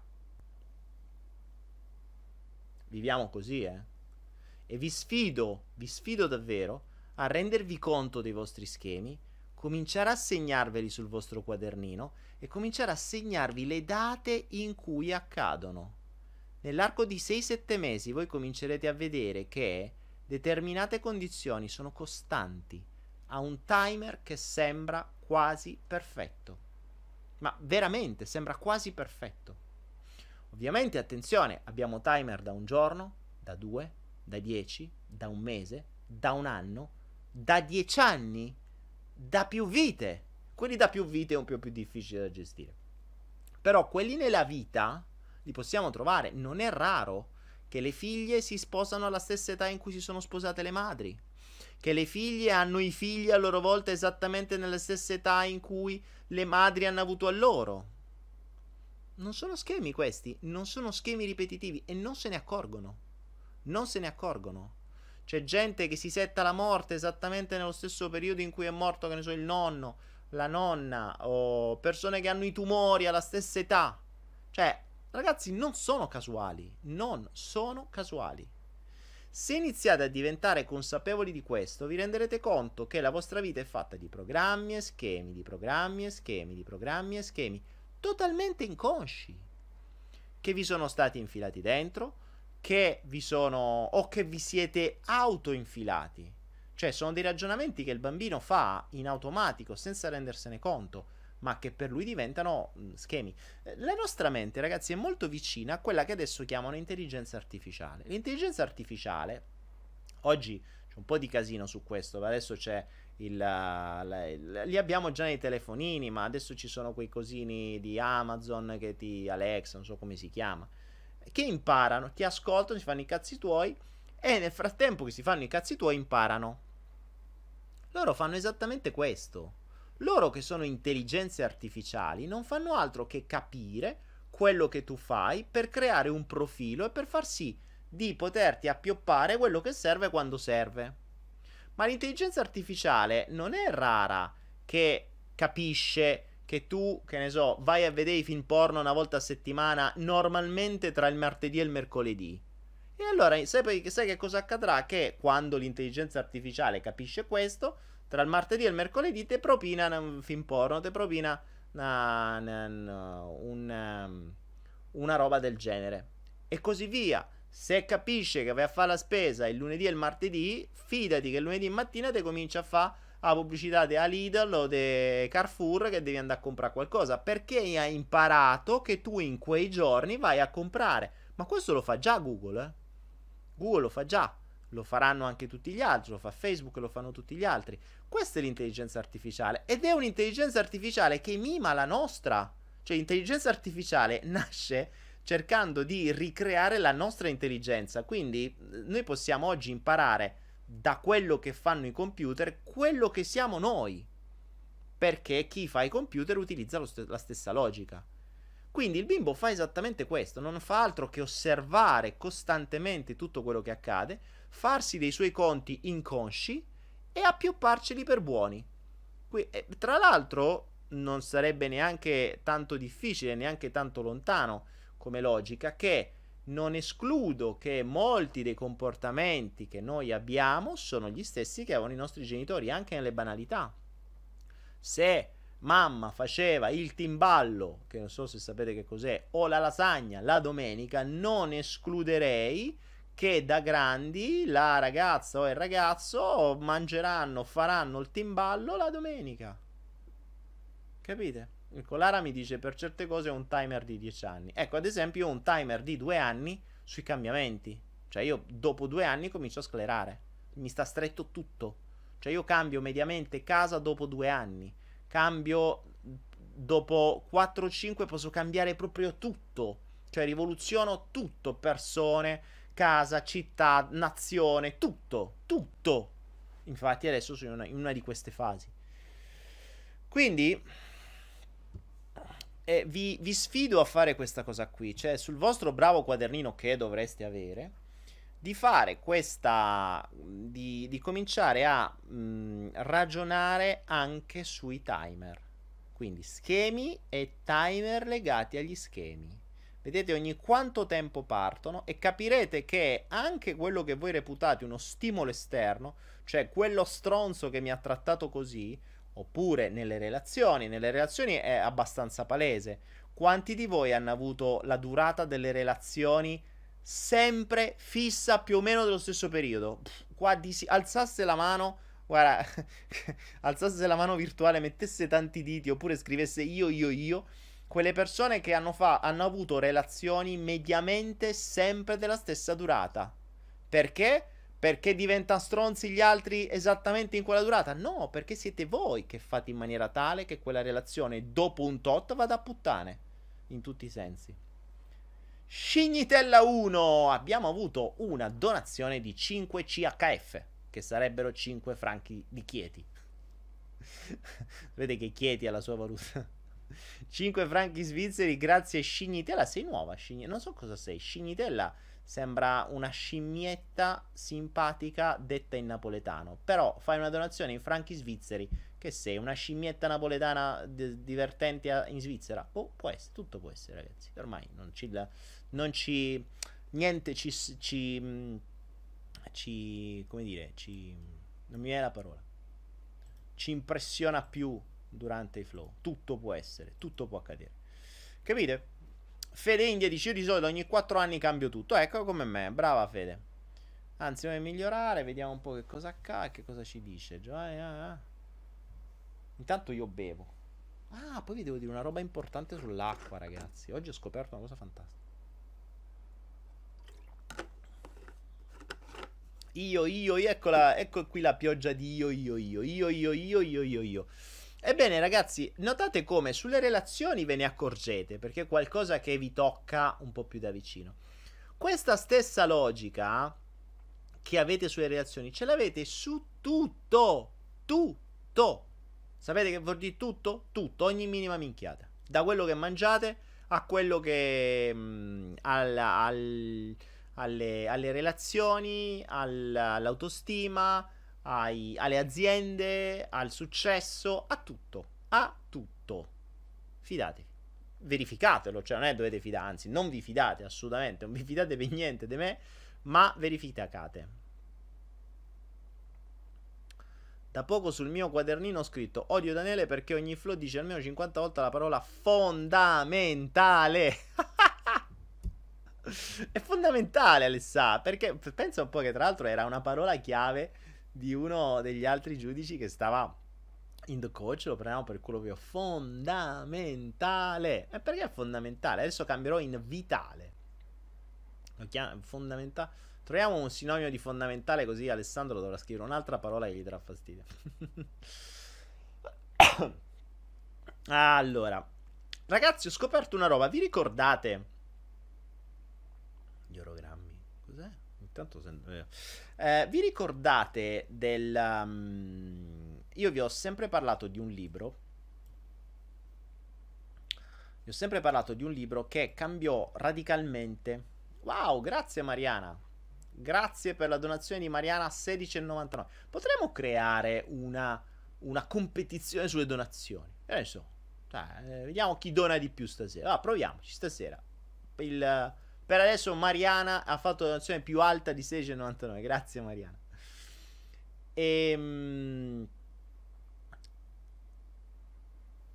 Viviamo così, eh? E vi sfido, vi sfido davvero a rendervi conto dei vostri schemi, cominciare a segnarveli sul vostro quadernino e cominciare a segnarvi le date in cui accadono. Nell'arco di sei sette mesi voi comincerete a vedere che determinate condizioni sono costanti, a un timer che sembra quasi perfetto. Ma veramente sembra quasi perfetto. Ovviamente, attenzione, abbiamo timer da un giorno, da due, da dieci, da un mese, da un anno, da dieci anni, da più vite. Quelli da più vite è un po' più difficile da gestire. Però quelli nella vita li possiamo trovare. Non è raro che le figlie si sposano alla stessa età in cui si sono sposate le madri, che le figlie hanno i figli a loro volta esattamente nella stessa età in cui le madri hanno avuto a loro. Non sono schemi questi, non sono schemi ripetitivi e non se ne accorgono. Non se ne accorgono. C'è gente che si setta la morte esattamente nello stesso periodo in cui è morto, che ne so, il nonno, la nonna, o persone che hanno i tumori alla stessa età. Cioè, ragazzi, non sono casuali, non sono casuali. Se iniziate a diventare consapevoli di questo, vi renderete conto che la vostra vita è fatta di programmi e schemi, di programmi e schemi, di programmi e schemi, totalmente inconsci, che vi sono stati infilati dentro, che vi sono, o che vi siete autoinfilati. Cioè, sono dei ragionamenti che il bambino fa in automatico, senza rendersene conto, ma che per lui diventano mh, schemi. La nostra mente, ragazzi, è molto vicina a quella che adesso chiamano intelligenza artificiale. L'intelligenza artificiale, oggi c'è un po' di casino su questo, adesso c'è il, la, la, li abbiamo già nei telefonini, ma adesso ci sono quei cosini di Amazon che ti, Alexa, non so come si chiama, che imparano, ti ascoltano, si fanno i cazzi tuoi e nel frattempo che si fanno i cazzi tuoi imparano. Loro fanno esattamente questo. Loro che sono intelligenze artificiali non fanno altro che capire quello che tu fai per creare un profilo e per far sì di poterti appioppare quello che serve quando serve. Ma l'intelligenza artificiale non è rara che capisce che tu, che ne so, vai a vedere i film porno una volta a settimana, normalmente tra il martedì e il mercoledì. E allora sai, sai che cosa accadrà? Che quando l'intelligenza artificiale capisce questo, tra il martedì e il mercoledì te propina un film porno, te propina una, una, una, una roba del genere. E così via. Se capisce che vai a fare la spesa il lunedì e il martedì, fidati che il lunedì mattina te comincia a fare la pubblicità della Lidl o de Carrefour che devi andare a comprare qualcosa, perché hai imparato che tu in quei giorni vai a comprare. Ma questo lo fa già Google, eh? Google lo fa già, lo faranno anche tutti gli altri, lo fa Facebook, lo fanno tutti gli altri. Questa è l'intelligenza artificiale ed è un'intelligenza artificiale che mima la nostra. Cioè l'intelligenza artificiale nasce cercando di ricreare la nostra intelligenza, quindi noi possiamo oggi imparare da quello che fanno i computer quello che siamo noi, perché chi fa i computer utilizza lo st- la stessa logica. Quindi il bimbo fa esattamente questo, non fa altro che osservare costantemente tutto quello che accade, farsi dei suoi conti inconsci e appiopparceli per buoni. Qui, eh, tra l'altro non sarebbe neanche tanto difficile, neanche tanto lontano come logica, che non escludo che molti dei comportamenti che noi abbiamo sono gli stessi che avevano i nostri genitori, anche nelle banalità. Se mamma faceva il timballo, che non so se sapete che cos'è, o la lasagna la domenica, non escluderei che da grandi la ragazza o il ragazzo mangeranno, faranno il timballo la domenica. Capite? Il Colara mi dice per certe cose un timer di dieci anni. Ecco, ad esempio, io ho un timer di due anni sui cambiamenti. Cioè, io dopo due anni comincio a sclerare. Mi sta stretto tutto. Cioè, io cambio mediamente casa dopo due anni. Cambio dopo quattro cinque, posso cambiare proprio tutto. Cioè, rivoluziono tutto. Persone, casa, città, nazione, tutto. Tutto. Infatti, adesso sono in una, in una di queste fasi. Quindi eh, vi, vi sfido a fare questa cosa qui, cioè sul vostro bravo quadernino che dovreste avere, di fare questa, di, di cominciare a mh, ragionare anche sui timer. Quindi schemi e timer legati agli schemi. Vedete ogni quanto tempo partono e capirete che anche quello che voi reputate uno stimolo esterno, cioè quello stronzo che mi ha trattato così, oppure nelle relazioni, nelle relazioni è abbastanza palese. Quanti di voi hanno avuto la durata delle relazioni sempre fissa più o meno dello stesso periodo? Pff, qua di si- alzasse la mano, guarda, alzasse la mano virtuale, mettesse tanti diti oppure scrivesse io, io, io. Quelle persone che hanno, fa- hanno avuto relazioni mediamente sempre della stessa durata. Perché? Perché diventano stronzi gli altri esattamente in quella durata? No, perché siete voi che fate in maniera tale che quella relazione dopo un tot vada a puttane. In tutti i sensi. Scignitella uno! Abbiamo avuto una donazione di cinque C H F, che sarebbero cinque franchi di Chieti. Vede che Chieti ha la sua valuta. cinque franchi svizzeri grazie a Scignitella. Sei nuova, Scignitella? Non so cosa sei. Scignitella sembra una scimmietta simpatica detta in napoletano. Però fai una donazione in franchi svizzeri. Che sei? Una scimmietta napoletana d- divertente a- in Svizzera? Oh, può essere, tutto può essere, ragazzi. Ormai non ci... Non ci niente ci... ci, ci come dire? Ci... Non mi viene la parola. Ci impressiona più durante i flow. Tutto può essere, tutto può accadere. Capite? Fede India dice: io di solito ogni quattro anni cambio tutto. Ecco come me, brava Fede. Anzi, vuoi migliorare? Vediamo un po' che cosa accade, che cosa ci dice. Già, intanto io bevo. Ah, poi vi devo dire una roba importante sull'acqua, ragazzi. Oggi ho scoperto una cosa fantastica. Io, io, io, eccola, ecco qui la pioggia di io, io, io, io, io, io, io, io, io. Ebbene, ragazzi, notate come sulle relazioni ve ne accorgete, perché è qualcosa che vi tocca un po' più da vicino. Questa stessa logica che avete sulle relazioni ce l'avete su tutto, tutto. Sapete che vuol dire tutto? Tutto, ogni minima minchiata. Da quello che mangiate a quello che... Mh, al... al alle, alle relazioni, al, all'autostima, ai, alle aziende, al successo, a tutto, a tutto. Fidatevi, verificatelo, cioè non è dovete fidare, anzi non vi fidate assolutamente, non vi fidate per niente di me, ma verificate. Da poco sul mio quadernino ho scritto odio Daniele perché ogni flow dice almeno cinquanta volte la parola fondamentale. È fondamentale, Alessà, perché pensa un po' che tra l'altro era una parola chiave di uno degli altri giudici che stava in The Coach, lo prendiamo per quello che ho. Fondamentale. E perché è fondamentale? Adesso cambierò in vitale. Lo chiamo fondamentale. Troviamo un sinonimo di fondamentale così Alessandro dovrà scrivere un'altra parola che gli darà fastidio. Allora, ragazzi, ho scoperto una roba. Vi ricordate gli orogrammi? Cos'è? Intanto sento... eh, vi ricordate del... Um... Io vi ho sempre parlato di un libro. Vi ho sempre parlato di un libro che cambiò radicalmente. Wow, grazie Mariana. Grazie per la donazione di Mariana a sedici e novantanove. Potremmo creare una, una competizione sulle donazioni. E so. Cioè, eh, vediamo chi dona di più stasera. Ah, proviamoci stasera. Il... Per adesso Mariana ha fatto la donazione più alta di sedici e novantanove. Grazie Mariana. Ehm...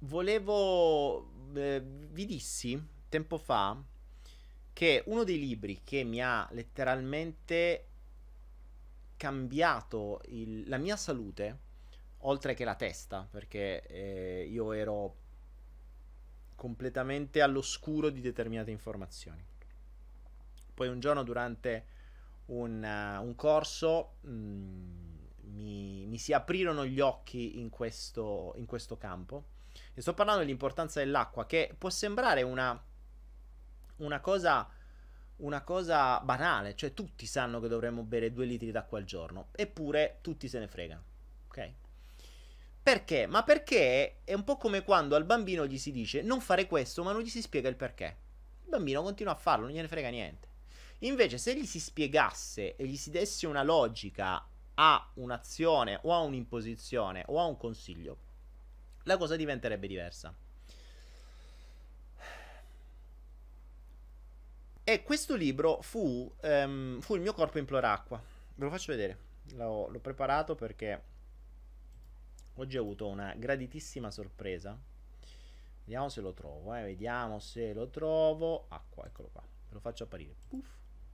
volevo... eh, vi dissi tempo fa che uno dei libri che mi ha letteralmente cambiato il- la mia salute, oltre che la testa, perché eh, io ero completamente all'oscuro di determinate informazioni. Poi un giorno durante un, uh, un corso mh, mi, mi si aprirono gli occhi in questo, in questo campo. E sto parlando dell'importanza dell'acqua, che può sembrare una, una cosa, una cosa banale, cioè tutti sanno che dovremmo bere due litri d'acqua al giorno, eppure tutti se ne fregano, ok? Perché? Ma perché è un po' come quando al bambino gli si dice non fare questo, ma non gli si spiega il perché. Il bambino continua a farlo, non gliene frega niente. Invece, se gli si spiegasse e gli si desse una logica a un'azione o a un'imposizione o a un consiglio, la cosa diventerebbe diversa. E questo libro fu, ehm, fu Il mio corpo implora acqua. Ve lo faccio vedere. L'ho, l'ho preparato perché oggi ho avuto una graditissima sorpresa. Vediamo se lo trovo, eh. Vediamo se lo trovo. Acqua, eccolo qua. Ve lo faccio apparire. Puff.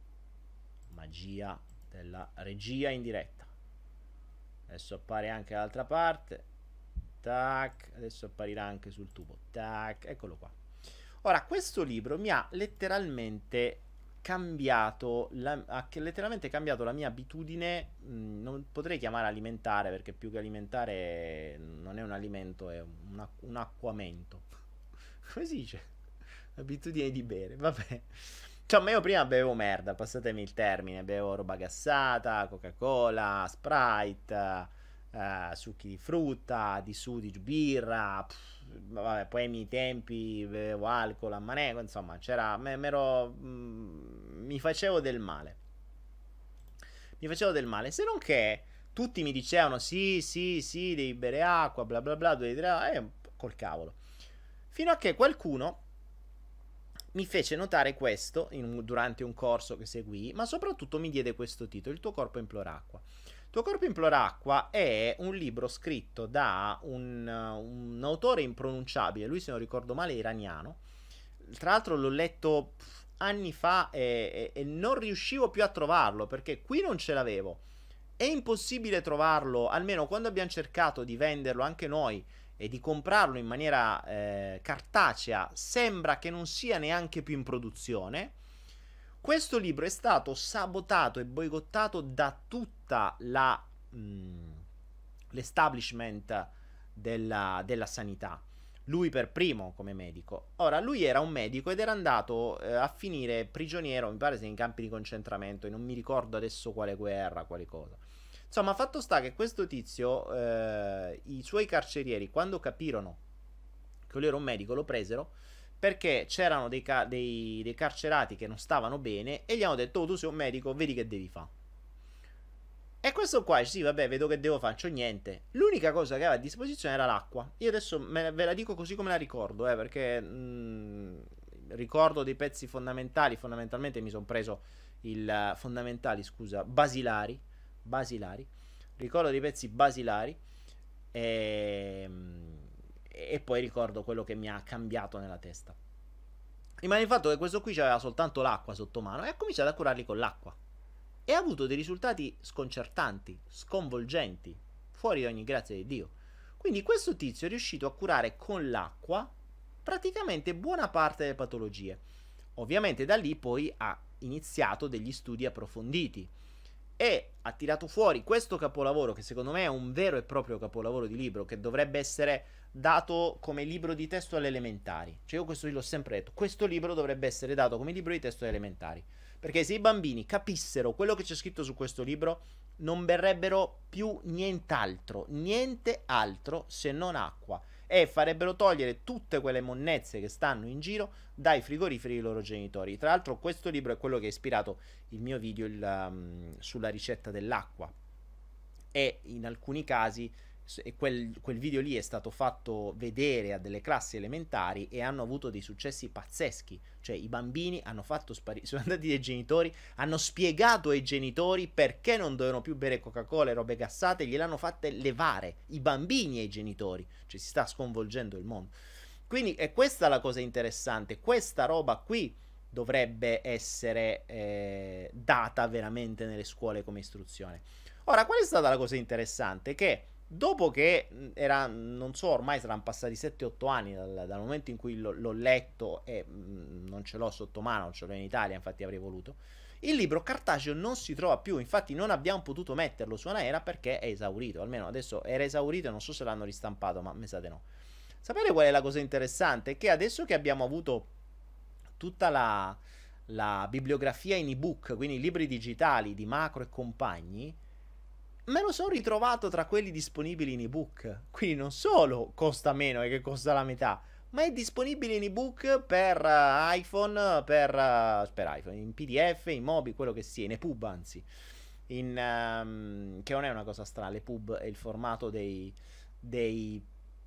Magia della regia in diretta. Adesso appare anche dall'altra parte. Tac. Adesso apparirà anche sul tubo. Tac. Eccolo qua. Ora, questo libro mi ha letteralmente cambiato la, ha letteralmente cambiato la mia abitudine, mh, non potrei chiamare alimentare, perché più che alimentare non è un alimento, è un, un acquamento. Come si dice? Abitudine di bere, vabbè. Cioè, ma io prima bevevo merda, passatemi il termine, bevevo roba gassata, Coca-Cola, Sprite, eh, succhi di frutta, di su di birra, pff, vabbè, poi ai miei tempi bevevo alcol a maneco, insomma, c'era, me, m'ero, mm, mi facevo del male. Mi facevo del male, se non che tutti mi dicevano sì, sì, sì, devi bere acqua, bla bla bla, devi bere, eh, col cavolo. Fino a che qualcuno mi fece notare questo in, durante un corso che seguì, ma soprattutto mi diede questo titolo, Il tuo corpo implora acqua. Il tuo corpo implora acqua è un libro scritto da un, un autore impronunciabile, lui se non ricordo male è iraniano, tra l'altro l'ho letto pff, anni fa e, e, e non riuscivo più a trovarlo, perché qui non ce l'avevo. È impossibile trovarlo, almeno quando abbiamo cercato di venderlo anche noi e di comprarlo in maniera eh, cartacea, sembra che non sia neanche più in produzione. Questo libro è stato sabotato e boicottato da tutta la mh, l'establishment della, della sanità. Lui per primo come medico. Ora, lui era un medico ed era andato eh, a finire prigioniero, mi pare sia in campi di concentramento, e non mi ricordo adesso quale guerra, quale cosa. Insomma, fatto sta che questo tizio, eh, i suoi carcerieri, quando capirono che lui era un medico, lo presero perché c'erano dei, ca- dei, dei carcerati che non stavano bene e gli hanno detto: oh, tu sei un medico, vedi che devi fare. E questo qua, sì, vabbè, vedo che devo fare, non c'ho niente. L'unica cosa che aveva a disposizione era l'acqua. Io adesso me, ve la dico così come la ricordo, eh, perché mh, ricordo dei pezzi fondamentali. Fondamentalmente mi sono preso il fondamentali, scusa, basilari. Basilari. Ricordo dei pezzi basilari. E, e poi ricordo quello che mi ha cambiato nella testa. Rimane il fatto che questo qui aveva soltanto l'acqua sotto mano e ha cominciato a curarli con l'acqua. E ha avuto dei risultati sconcertanti, sconvolgenti, fuori di ogni grazia di Dio. Quindi questo tizio è riuscito a curare con l'acqua praticamente buona parte delle patologie. Ovviamente da lì poi ha iniziato degli studi approfonditi e ha tirato fuori questo capolavoro, che secondo me è un vero e proprio capolavoro di libro, che dovrebbe essere dato come libro di testo alle elementari. Cioè io questo l'ho sempre detto, questo libro dovrebbe essere dato come libro di testo alle elementari. Perché se i bambini capissero quello che c'è scritto su questo libro, non berrebbero più nient'altro, niente altro se non acqua. E farebbero togliere tutte quelle monnezze che stanno in giro dai frigoriferi dei loro genitori. Tra l'altro questo libro è quello che ha ispirato il mio video il, um, sulla ricetta dell'acqua. E in alcuni casi e quel, quel video lì è stato fatto vedere a delle classi elementari e hanno avuto dei successi pazzeschi. Cioè i bambini hanno fatto sparire, sono andati dai genitori, hanno spiegato ai genitori perché non dovevano più bere Coca-Cola e robe gassate, gliel'hanno fatte levare i bambini e i genitori. Cioè si sta sconvolgendo il mondo. Quindi è questa la cosa interessante, questa roba qui dovrebbe essere eh, data veramente nelle scuole come istruzione. Ora, qual è stata la cosa interessante? Che dopo che era, non so, ormai saranno passati sette otto anni dal, dal momento in cui l'ho, l'ho letto e mh, non ce l'ho sotto mano, non ce l'ho in Italia, infatti avrei voluto, il libro cartaceo non si trova più, infatti non abbiamo potuto metterlo su Anaera perché è esaurito, almeno adesso era esaurito e non so se l'hanno ristampato, ma mi sa di no. Sapete qual è la cosa interessante? Che adesso che abbiamo avuto tutta la, la bibliografia in ebook, quindi libri digitali di Macro e compagni, me lo sono ritrovato tra quelli disponibili in ebook. Quindi non solo costa meno e che costa la metà, ma è disponibile in ebook per uh, iPhone, per, uh, per iPhone, in P D F, in Mobi, quello che sia, in EPUB anzi. In, um, che non è una cosa strana, l'EPUB è il formato dei, dei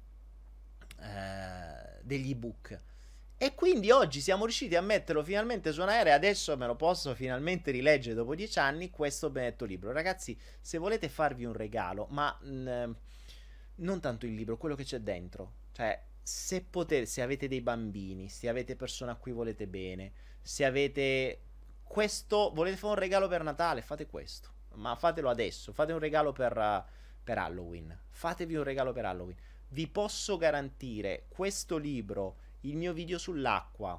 uh, degli ebook. E quindi oggi siamo riusciti a metterlo finalmente su un aereo e adesso me lo posso finalmente rileggere dopo dieci anni, questo benedetto libro. Ragazzi, se volete farvi un regalo, ma mh, non tanto il libro, quello che c'è dentro. Cioè, se potete, se avete dei bambini, se avete persone a cui volete bene, se avete questo, volete fare un regalo per Natale, fate questo. Ma fatelo adesso, fate un regalo per, uh, per Halloween. Fatevi un regalo per Halloween. Vi posso garantire questo libro, il mio video sull'acqua,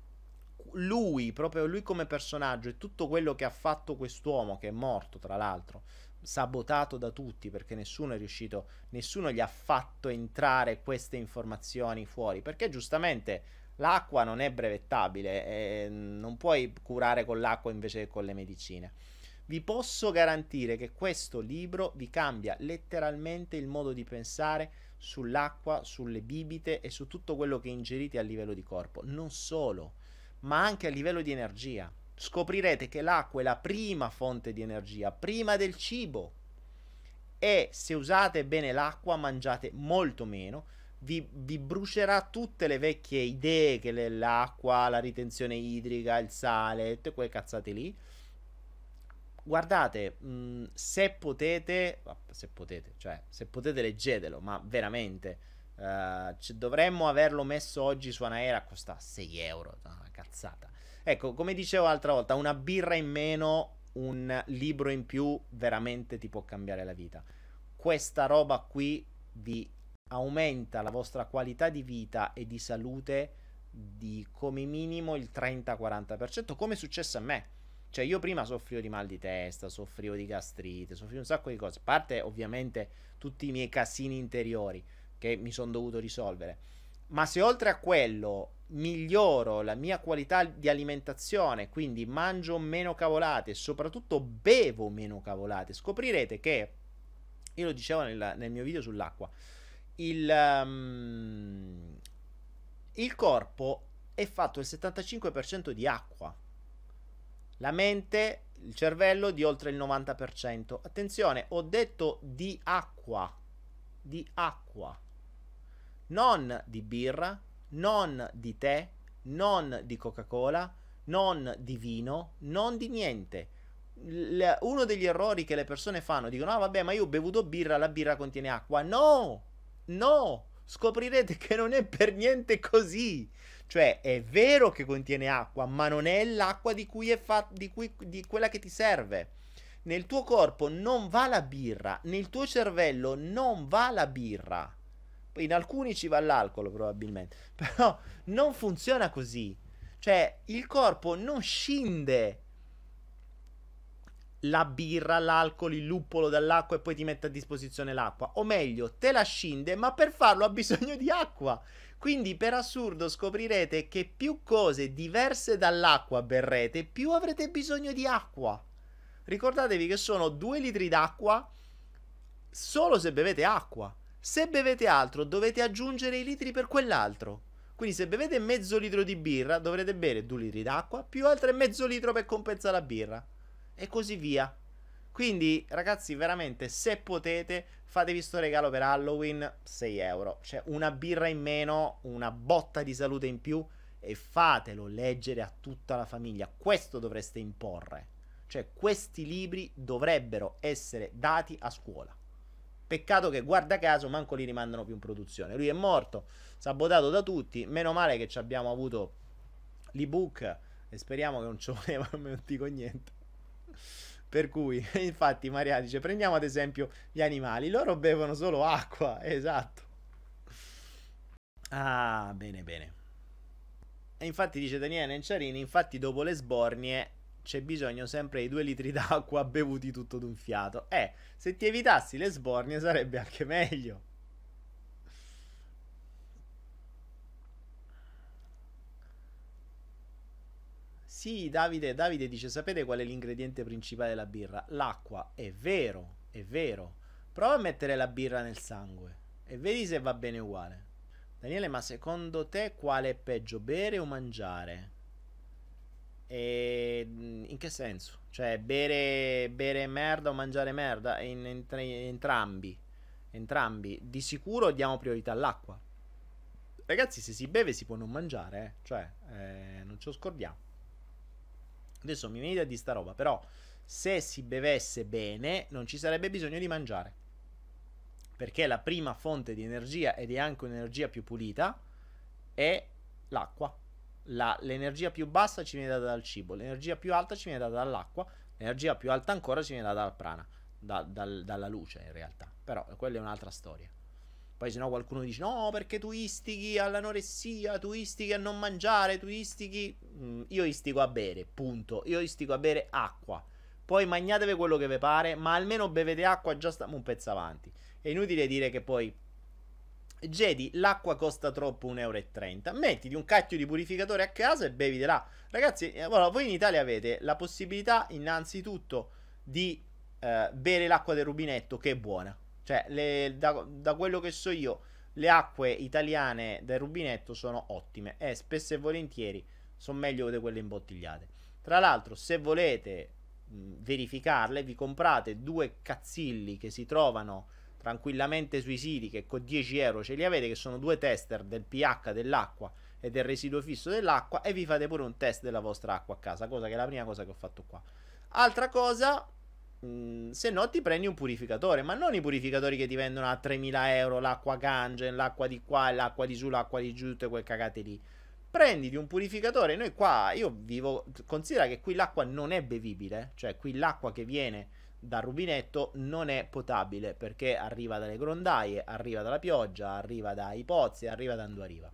lui, proprio lui come personaggio e tutto quello che ha fatto quest'uomo, che è morto tra l'altro, sabotato da tutti perché nessuno è riuscito, nessuno gli ha fatto entrare queste informazioni fuori, perché giustamente l'acqua non è brevettabile e non puoi curare con l'acqua invece che con le medicine. Vi posso garantire che questo libro vi cambia letteralmente il modo di pensare sull'acqua, sulle bibite e su tutto quello che ingerite a livello di corpo. Non solo, ma anche a livello di energia. Scoprirete che l'acqua è la prima fonte di energia, prima del cibo. E se usate bene l'acqua, mangiate molto meno. Vi, vi brucerà tutte le vecchie idee che le, l'acqua, la ritenzione idrica, il sale, tutte quelle cazzate lì. Guardate, mh, se potete, se potete, cioè, se potete leggetelo, ma veramente, uh, c- dovremmo averlo messo oggi su Anaera, costa sei euro, una cazzata. Ecco, come dicevo l'altra volta, una birra in meno, un libro in più, veramente ti può cambiare la vita. Questa roba qui vi aumenta la vostra qualità di vita e di salute di come minimo il trenta quaranta per cento, come è successo a me. Cioè io prima soffrivo di mal di testa, soffrivo di gastrite, soffrivo un sacco di cose. A parte ovviamente tutti i miei casini interiori che mi sono dovuto risolvere. Ma se oltre a quello miglioro la mia qualità di alimentazione, quindi mangio meno cavolate e soprattutto bevo meno cavolate, scoprirete che, io lo dicevo nel, nel mio video sull'acqua, il, um, il corpo è fatto il settantacinque per cento di acqua. La mente, il cervello di oltre il novanta per cento. Attenzione, ho detto di acqua. Di acqua. Non di birra, non di tè, non di Coca-Cola, non di vino, non di niente. L- uno degli errori che le persone fanno, dicono, ah vabbè, ma io ho bevuto birra, la birra contiene acqua. No, no, scoprirete che non è per niente così. Cioè, è vero che contiene acqua, ma non è l'acqua di cui è fatta, di, cui, di quella che ti serve. Nel tuo corpo non va la birra, nel tuo cervello non va la birra. In alcuni ci va l'alcol probabilmente, però non funziona così. Cioè, il corpo non scinde la birra, l'alcol, il luppolo dall'acqua e poi ti mette a disposizione l'acqua. O meglio, te la scinde, ma per farlo ha bisogno di acqua. Quindi per assurdo scoprirete che più cose diverse dall'acqua berrete, più avrete bisogno di acqua. Ricordatevi che sono due litri d'acqua solo se bevete acqua. Se bevete altro dovete aggiungere i litri per quell'altro. Quindi se bevete mezzo litro di birra dovrete bere due litri d'acqua più altre mezzo litro per compensare la birra. E così via. Quindi, ragazzi, veramente, se potete, fatevi sto regalo per Halloween, sei euro. Cioè, una birra in meno, una botta di salute in più, e fatelo leggere a tutta la famiglia. Questo dovreste imporre. Cioè, questi libri dovrebbero essere dati a scuola. Peccato che, guarda caso, manco li rimandano più in produzione. Lui è morto, sabotato da tutti. Meno male che ci abbiamo avuto l'ebook e speriamo che non ci voleva, non dico niente. Per cui, infatti, Maria dice: prendiamo ad esempio gli animali, loro bevono solo acqua. Esatto. Ah, bene, bene. E infatti dice Daniele Nenciarini, infatti dopo le sbornie c'è bisogno sempre di due litri d'acqua bevuti tutto d'un fiato. Eh, se ti evitassi le sbornie sarebbe anche meglio. Sì, Davide, Davide dice, sapete qual è l'ingrediente principale della birra? L'acqua. È vero, è vero. Prova a mettere la birra nel sangue e vedi se va bene uguale. Daniele, ma secondo te quale è peggio, bere o mangiare? E in che senso? Cioè, bere, bere merda o mangiare merda? In, in, entrambi. Entrambi. Di sicuro diamo priorità all'acqua. Ragazzi, se si beve si può non mangiare, eh. Cioè, eh, non ce lo scordiamo. Adesso mi venite a di sta roba, però se si bevesse bene non ci sarebbe bisogno di mangiare. Perché la prima fonte di energia, ed è anche un'energia più pulita, è l'acqua. La, l'energia più bassa ci viene data dal cibo, l'energia più alta ci viene data dall'acqua, l'energia più alta ancora ci viene data dal prana, da, dal, dalla luce in realtà. Però quella è un'altra storia. Poi se no qualcuno dice no perché tu istighi all'anoressia, tu istighi a non mangiare, tu istighi... Mm, io istigo a bere, punto. Io istigo a bere acqua. Poi magnatevi quello che vi pare, ma almeno bevete acqua, già stiamo un pezzo avanti. È inutile dire che poi... Jedi, l'acqua costa troppo un euro e trenta. Mettiti un cacchio di purificatore a casa e bevitela. Ragazzi, allora, voi in Italia avete la possibilità innanzitutto di eh, bere l'acqua del rubinetto, che è buona. Cioè, le, da, da quello che so io, le acque italiane del rubinetto sono ottime e spesso e volentieri sono meglio di quelle imbottigliate. Tra l'altro, se volete mh, verificarle, vi comprate due cazzilli che si trovano tranquillamente sui siti, che con dieci euro ce li avete, che sono due tester del pH dell'acqua e del residuo fisso dell'acqua, e vi fate pure un test della vostra acqua a casa, cosa che è la prima cosa che ho fatto qua. Altra cosa, mh, se no ti prendi un purificatore, ma non i purificatori che ti vendono a tremila euro, l'acqua Kangen, l'acqua di qua, l'acqua di su, l'acqua di giù, tutte quelle cagate lì. Prenditi un purificatore. Noi qua, io vivo, considera che qui l'acqua non è bevibile, cioè qui l'acqua che viene dal rubinetto non è potabile perché arriva dalle grondaie, arriva dalla pioggia, arriva dai pozzi, arriva da dove arriva.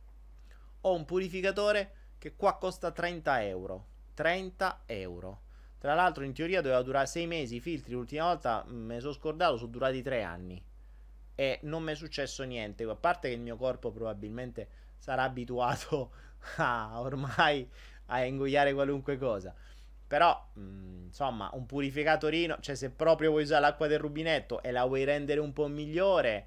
Ho un purificatore che qua costa trenta euro. trenta euro. Tra l'altro in teoria doveva durare sei mesi. I filtri l'ultima volta me ne sono scordato, sono durati tre anni e non mi è successo niente, a parte che il mio corpo probabilmente sarà abituato a ormai a ingoiare qualunque cosa. Però, mh, insomma, un purificatorino, cioè se proprio vuoi usare l'acqua del rubinetto e la vuoi rendere un po' migliore,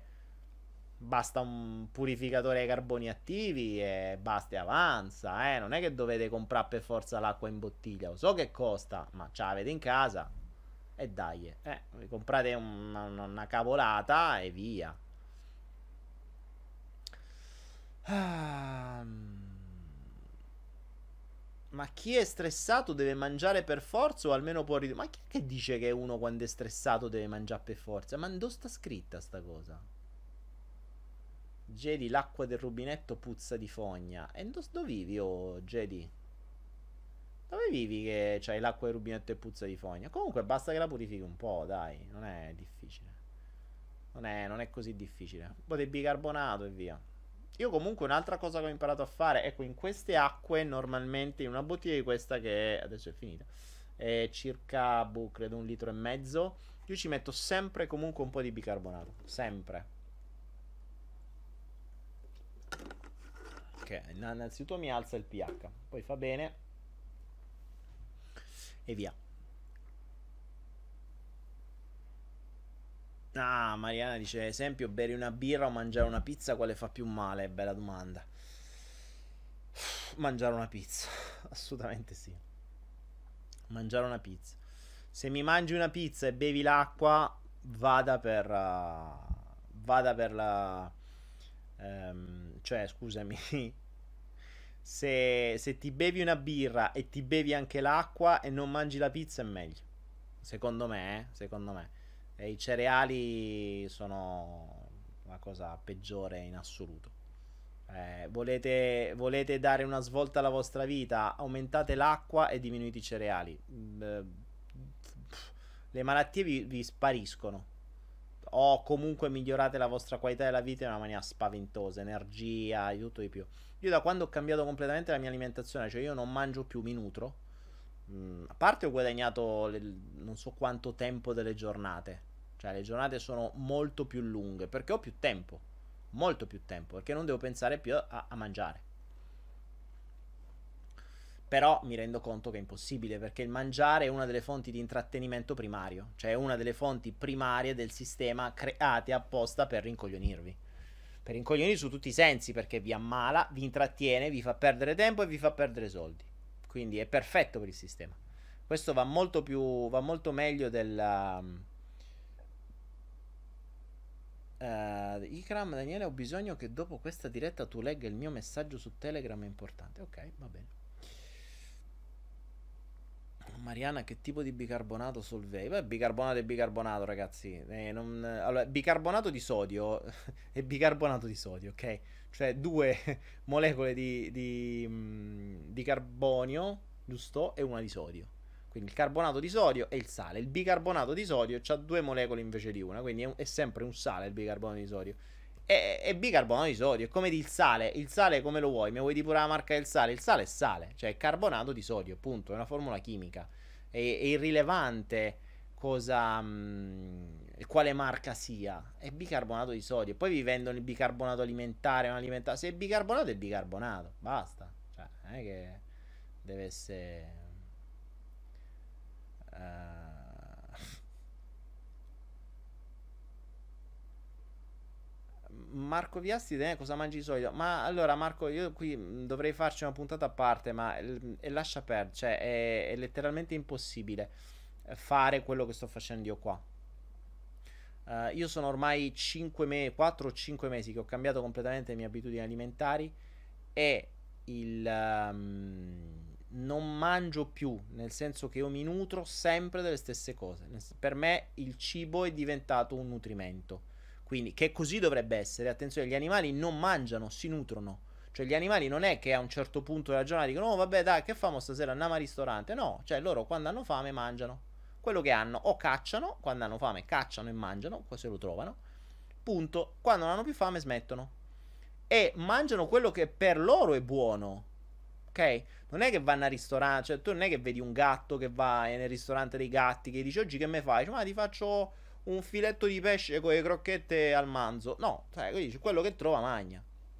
basta un purificatore ai carboni attivi e basta e avanza, eh. Non è che dovete comprare per forza l'acqua in bottiglia. Lo so che costa, ma ce l'avete in casa. E dai, eh, comprate una, una cavolata e via. Ah... Ma chi è stressato deve mangiare per forza o almeno può ridurre? Ma chi è che dice che uno quando è stressato deve mangiare per forza? Ma dove sta scritta sta cosa? Jedi, l'acqua del rubinetto puzza di fogna. E dove do vivi, oh Jedi? Dove vivi che c'hai l'acqua del rubinetto e puzza di fogna? Comunque basta che la purifichi un po', dai. Non è difficile. Non è, non è così difficile. Un po' di bicarbonato e via. Io comunque un'altra cosa che ho imparato a fare, ecco, in queste acque normalmente in una bottiglia di questa che è, adesso è finita, è circa, boh, credo un litro e mezzo, io ci metto sempre comunque un po' di bicarbonato, sempre. Ok, innanzitutto mi alza il pH, poi fa bene e via. Ah, Mariana dice, esempio, bere una birra o mangiare una pizza, quale fa più male? Bella domanda. Mangiare una pizza, assolutamente sì. Mangiare una pizza. se mi mangi una pizza e bevi l'acqua, vada per... uh, vada per la... ehm, cioè, scusami, se, se ti bevi una birra e ti bevi anche l'acqua e non mangi la pizza è meglio. Secondo me, eh, secondo me. E i cereali sono la cosa peggiore in assoluto. Eh, volete, volete dare una svolta alla vostra vita? Aumentate l'acqua e diminuite i cereali. Mm, eh, Le malattie vi, vi spariscono. O comunque migliorate la vostra qualità della vita in una maniera spaventosa. Energia, di tutto di più. Io da quando ho cambiato completamente la mia alimentazione, cioè io non mangio più, mi nutro. Mm, a parte ho guadagnato le- non so quanto tempo delle giornate. Cioè le giornate sono molto più lunghe perché ho più tempo. Molto più tempo perché non devo pensare più a, a mangiare. Però mi rendo conto che è impossibile perché il mangiare è una delle fonti di intrattenimento primario, cioè è una delle fonti primarie del sistema create apposta per rincoglionirvi. Per rincoglionirvi su tutti i sensi perché vi ammala, vi intrattiene, vi fa perdere tempo e vi fa perdere soldi. Quindi è perfetto per il sistema. Questo va molto più, va molto meglio del... um, Uh, Ikram, Daniele, ho bisogno che dopo questa diretta tu legga il mio messaggio su Telegram, è importante. Ok, va bene. Mariana, che tipo di bicarbonato Solvay? Beh, bicarbonato e bicarbonato, ragazzi. Eh, non- allora, bicarbonato di sodio e bicarbonato di sodio, ok? Cioè due molecole di, di, mm, di carbonio, giusto? E una di sodio. Quindi il carbonato di sodio e il sale. Il bicarbonato di sodio ha due molecole invece di una, quindi è, un- è sempre un sale il bicarbonato di sodio. E, e bicarbonato di sodio, è come di il sale. Il sale come lo vuoi? Mi vuoi di pure la marca del sale? Il sale è sale, cioè è carbonato di sodio, punto. È una formula chimica. È, è irrilevante cosa, mh, quale marca sia. È bicarbonato di sodio. Poi vi vendono il bicarbonato alimentare, non alimentare. Se è bicarbonato è bicarbonato, basta. Cioè, non è che deve essere... eh, Marco Viasti, te, cosa mangi di solito? Ma allora, Marco, io qui mh, dovrei farci una puntata a parte, ma l- e lascia perdere, cioè è, è letteralmente impossibile eh, fare quello che sto facendo io qua. Eh, io sono ormai cinque me- quattro o cinque mesi che ho cambiato completamente le mie abitudini alimentari e il, ehm, non mangio più, nel senso che io mi nutro sempre delle stesse cose. Nel- Per me il cibo è diventato un nutrimento. Quindi, che così dovrebbe essere. Attenzione, gli animali non mangiano, si nutrono. Cioè, gli animali non è che a un certo punto della giornata dicono: oh, vabbè, dai, che famo stasera? Andiamo al ristorante. No, cioè, loro quando hanno fame mangiano. Quello che hanno, o cacciano, quando hanno fame cacciano e mangiano, poi se lo trovano. Punto. Quando non hanno più fame smettono. E mangiano quello che per loro è buono. Ok? Non è che vanno al ristorante, cioè tu non è che vedi un gatto che va nel ristorante dei gatti che dice oggi che me fai? Dice, ma ti faccio un filetto di pesce con le crocchette al manzo. No, cioè, dice, quello che trova magna.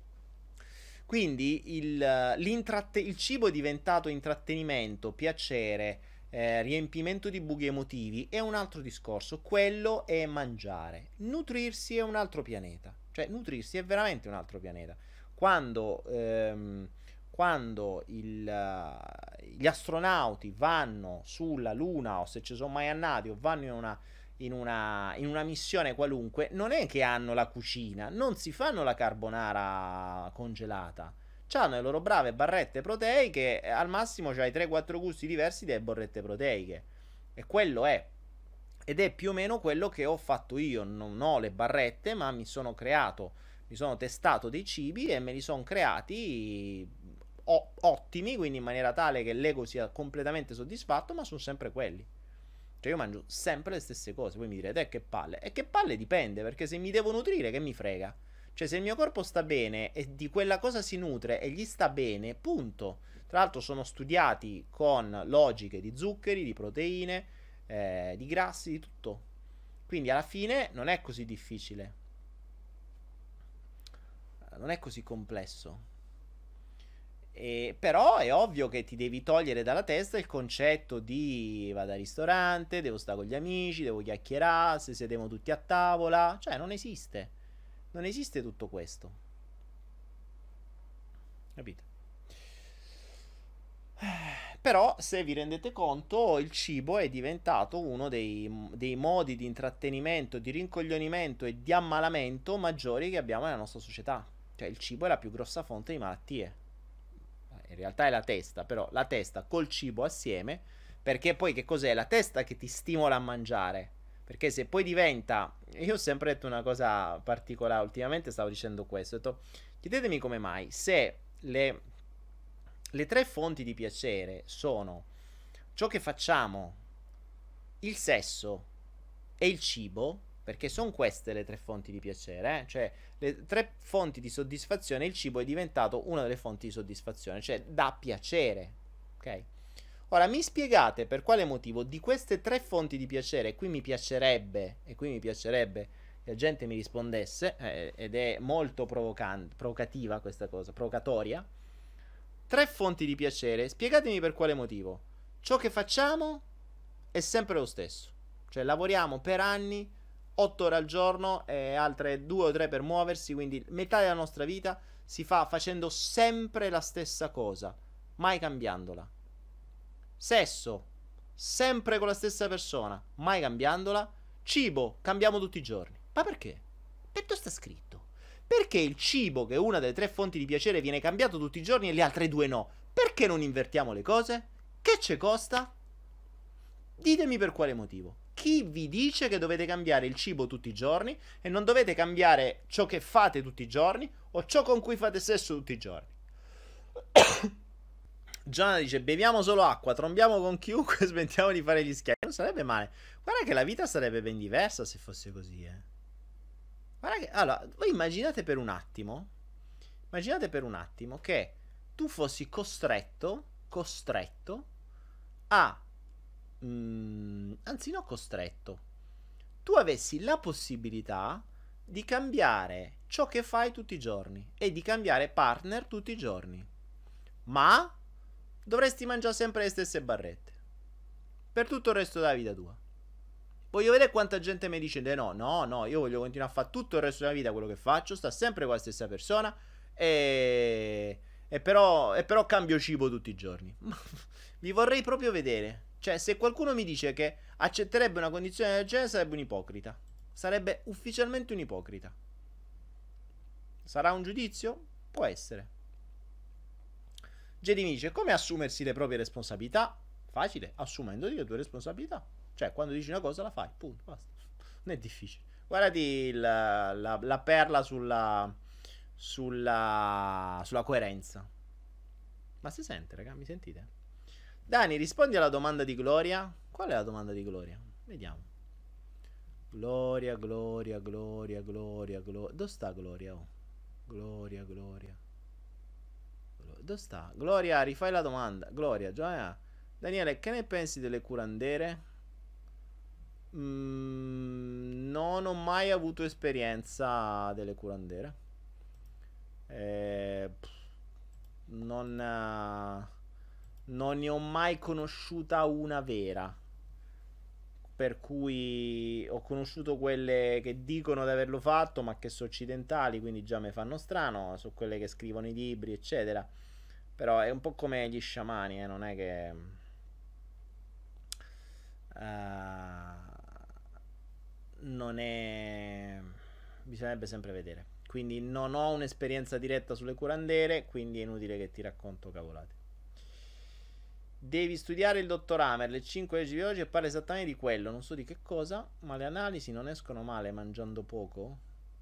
Quindi il, l'intratte- il cibo è diventato intrattenimento, piacere, eh, riempimento di buchi emotivi è un altro discorso. Quello è mangiare. Nutrirsi è un altro pianeta. Cioè, nutrirsi è veramente un altro pianeta. Quando, ehm, quando il, eh, gli astronauti vanno sulla Luna o se ci sono mai andati o vanno in una in una, in una missione qualunque, non è che hanno la cucina, non si fanno la carbonara congelata. Hanno le loro brave barrette proteiche, e al massimo c'hai tre quattro gusti diversi delle barrette proteiche. E quello è. Ed è più o meno quello che ho fatto io. Non ho le barrette, ma mi sono creato, mi sono testato dei cibi e me li sono creati o- ottimi, quindi in maniera tale che l'ego sia completamente soddisfatto, ma sono sempre quelli. Cioè io mangio sempre le stesse cose. Poi mi direte, eh, che palle. E che palle dipende, perché se mi devo nutrire, che mi frega? Cioè se il mio corpo sta bene e di quella cosa si nutre e gli sta bene, punto. Tra l'altro sono studiati con logiche di zuccheri, di proteine, eh, di grassi, di tutto. Quindi alla fine non è così difficile. Non è così complesso. E, però è ovvio che ti devi togliere dalla testa il concetto di vado al ristorante, devo stare con gli amici, devo chiacchierare, se sediamo tutti a tavola. Cioè, non esiste. Non esiste tutto questo. Capito? Però, se vi rendete conto, il cibo è diventato uno dei, dei modi di intrattenimento, di rincoglionimento e di ammalamento maggiori che abbiamo nella nostra società. Cioè, il cibo è la più grossa fonte di malattie. In realtà è la testa, però la testa col cibo assieme, perché poi che cos'è? La testa che ti stimola a mangiare. Perché se poi diventa... Io ho sempre detto una cosa particolare, ultimamente stavo dicendo questo, ho detto, chiedetemi come mai, se le, le tre fonti di piacere sono ciò che facciamo, il sesso e il cibo, perché sono queste le tre fonti di piacere, eh? Cioè le tre fonti di soddisfazione, il cibo è diventato una delle fonti di soddisfazione, cioè dà piacere, ok? Ora mi spiegate per quale motivo di queste tre fonti di piacere, e qui mi piacerebbe, e qui mi piacerebbe che la gente mi rispondesse, eh, ed è molto provocante, provocativa questa cosa, provocatoria, tre fonti di piacere, spiegatemi per quale motivo. Ciò che facciamo è sempre lo stesso, cioè lavoriamo per anni, otto ore al giorno e altre due o tre per muoversi, quindi metà della nostra vita si fa facendo sempre la stessa cosa, mai cambiandola. Sesso, sempre con la stessa persona, mai cambiandola. Cibo, cambiamo tutti i giorni. Ma perché? Perché sta scritto? Perché il cibo, che è una delle tre fonti di piacere, viene cambiato tutti i giorni e le altre due no? Perché non invertiamo le cose? Che ci costa? Ditemi per quale motivo. Chi vi dice che dovete cambiare il cibo tutti i giorni e non dovete cambiare ciò che fate tutti i giorni o ciò con cui fate sesso tutti i giorni? Gianna dice beviamo solo acqua, trombiamo con chiunque, smettiamo di fare gli schiavi. Non sarebbe male. Guarda che la vita sarebbe ben diversa se fosse così, eh. Guarda che... Allora, voi immaginate per un attimo, immaginate per un attimo che tu fossi costretto, costretto a... Mm, anzi, no costretto. Tu avessi la possibilità di cambiare ciò che fai tutti i giorni e di cambiare partner tutti i giorni. Ma... dovresti mangiare sempre le stesse barrette per tutto il resto della vita tua. Voglio vedere quanta gente mi dice no, no, no, io voglio continuare a fare tutto il resto della vita quello che faccio, sta sempre con la stessa persona e, e, però, e però cambio cibo tutti i giorni. Vi vorrei proprio vedere. Cioè, se qualcuno mi dice che accetterebbe una condizione del genere, sarebbe un ipocrita. Sarebbe ufficialmente un ipocrita. Sarà un giudizio? Può essere. Jedi mi dice come assumersi le proprie responsabilità? Facile, assumendoti le tue responsabilità. Cioè, quando dici una cosa la fai, punto, basta. Non è difficile. Guardati il, la, la perla sulla, sulla, sulla coerenza. Ma si sente, raga? Mi sentite? Dani, rispondi alla domanda di Gloria. Qual è la domanda di Gloria? Vediamo. Gloria, Gloria, Gloria, Gloria, Gloria. Dove sta Gloria? Oh. Gloria, Gloria. Dove sta? Gloria, rifai la domanda. Gloria, Gioia. Daniele, che ne pensi delle curandere? Mm, non ho mai avuto esperienza delle curandere. Eh, non, uh, non ne ho mai conosciuta una vera. Per cui ho conosciuto quelle che dicono di averlo fatto, ma che sono occidentali, quindi già mi fanno strano. Sono quelle che scrivono i libri, eccetera. Però è un po' come gli sciamani, eh? Non è che... Uh, non è... bisognerebbe sempre vedere. Quindi non ho un'esperienza diretta sulle curandere, quindi è inutile che ti racconto cavolate. Devi studiare il dottor Hammer, le cinque leggi biologiche, e parla esattamente di quello. Non so di che cosa, ma le analisi non escono male mangiando poco.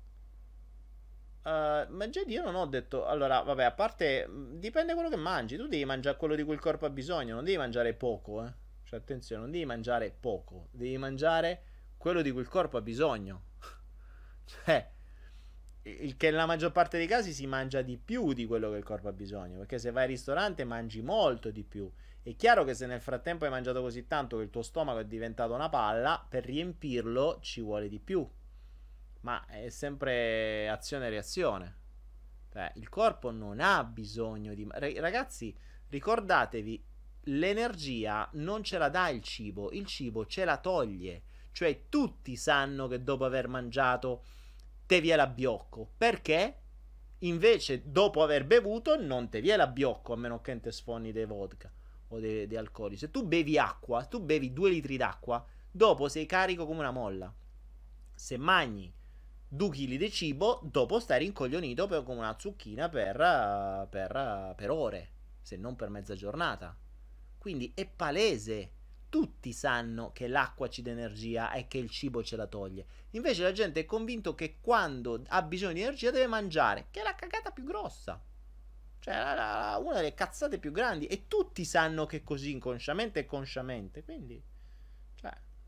Uh, ma già io non ho detto. Allora, vabbè, a parte dipende da quello che mangi. Tu devi mangiare quello di cui il corpo ha bisogno. Non devi mangiare poco, eh. Cioè, attenzione, non devi mangiare poco. Devi mangiare quello di cui il corpo ha bisogno. Cioè, il che nella maggior parte dei casi si mangia di più di quello che il corpo ha bisogno. Perché se vai al ristorante mangi molto di più. È chiaro che se nel frattempo hai mangiato così tanto che il tuo stomaco è diventato una palla, per riempirlo ci vuole di più. Ma è sempre azione e reazione. Cioè, il corpo non ha bisogno di... Ragazzi, ricordatevi, l'energia non ce la dà il cibo, il cibo ce la toglie. Cioè, tutti sanno che dopo aver mangiato te viene l'abbiocco. Perché? Invece, dopo aver bevuto, non te viene l'abbiocco, a meno che non te sfondi dei vodka. o dei, dei alcoli. Se tu bevi acqua, tu bevi due litri d'acqua, dopo sei carico come una molla. Se mangi due chili di cibo, dopo stai rincoglionito per, come una zucchina per, uh, per, uh, per ore, se non per mezza giornata. Quindi è palese. Tutti sanno che l'acqua ci dà energia e che il cibo ce la toglie. Invece la gente è convinto che quando ha bisogno di energia deve mangiare, che è la cagata più grossa. Cioè, la, la, una delle cazzate più grandi. E tutti sanno che è così, inconsciamente e consciamente. Quindi, cioè...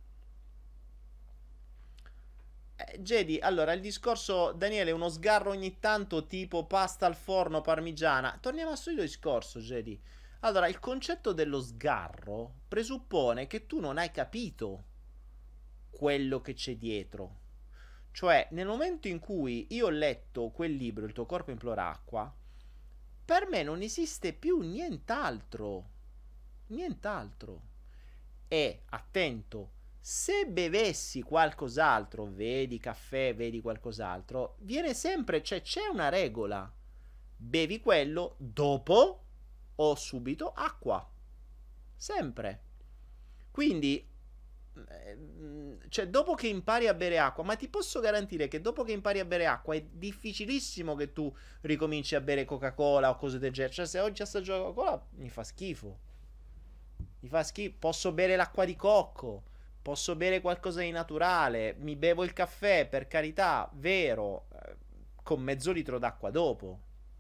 Eh, Jedi, allora il discorso, Daniele, uno sgarro ogni tanto tipo pasta al forno parmigiana. Torniamo al solito discorso, Jedi. Allora, il concetto dello sgarro presuppone che tu non hai capito quello che c'è dietro. Cioè, nel momento in cui io ho letto quel libro, Il tuo corpo implora acqua, per me non esiste più nient'altro. Nient'altro. E, attento, se bevessi qualcos'altro, vedi caffè, vedi qualcos'altro, viene sempre, cioè c'è una regola. Bevi quello dopo o subito acqua. Sempre. Quindi, cioè, dopo che impari a bere acqua, ma ti posso garantire che dopo che impari a bere acqua è difficilissimo che tu ricominci a bere Coca-Cola o cose del genere. Cioè, se oggi assaggio Coca-Cola mi fa schifo. Mi fa schifo. Posso bere l'acqua di cocco. Posso bere qualcosa di naturale. Mi bevo il caffè, per carità, vero, con mezzo litro d'acqua dopo.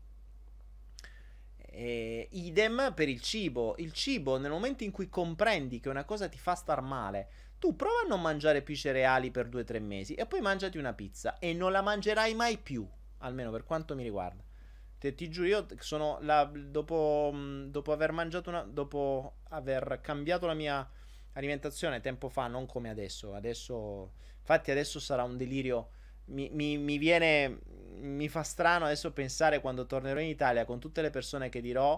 E idem per il cibo. Il cibo, nel momento in cui comprendi che una cosa ti fa star male, tu prova a non mangiare più cereali per due tre mesi e poi mangiati una pizza e non la mangerai mai più, almeno per quanto mi riguarda. Te, ti giuro, io sono la, dopo, dopo aver mangiato una, dopo aver cambiato la mia alimentazione tempo fa, non come adesso. Adesso, infatti, adesso sarà un delirio. Mi, mi, mi viene, mi fa strano adesso pensare quando tornerò in Italia con tutte le persone che dirò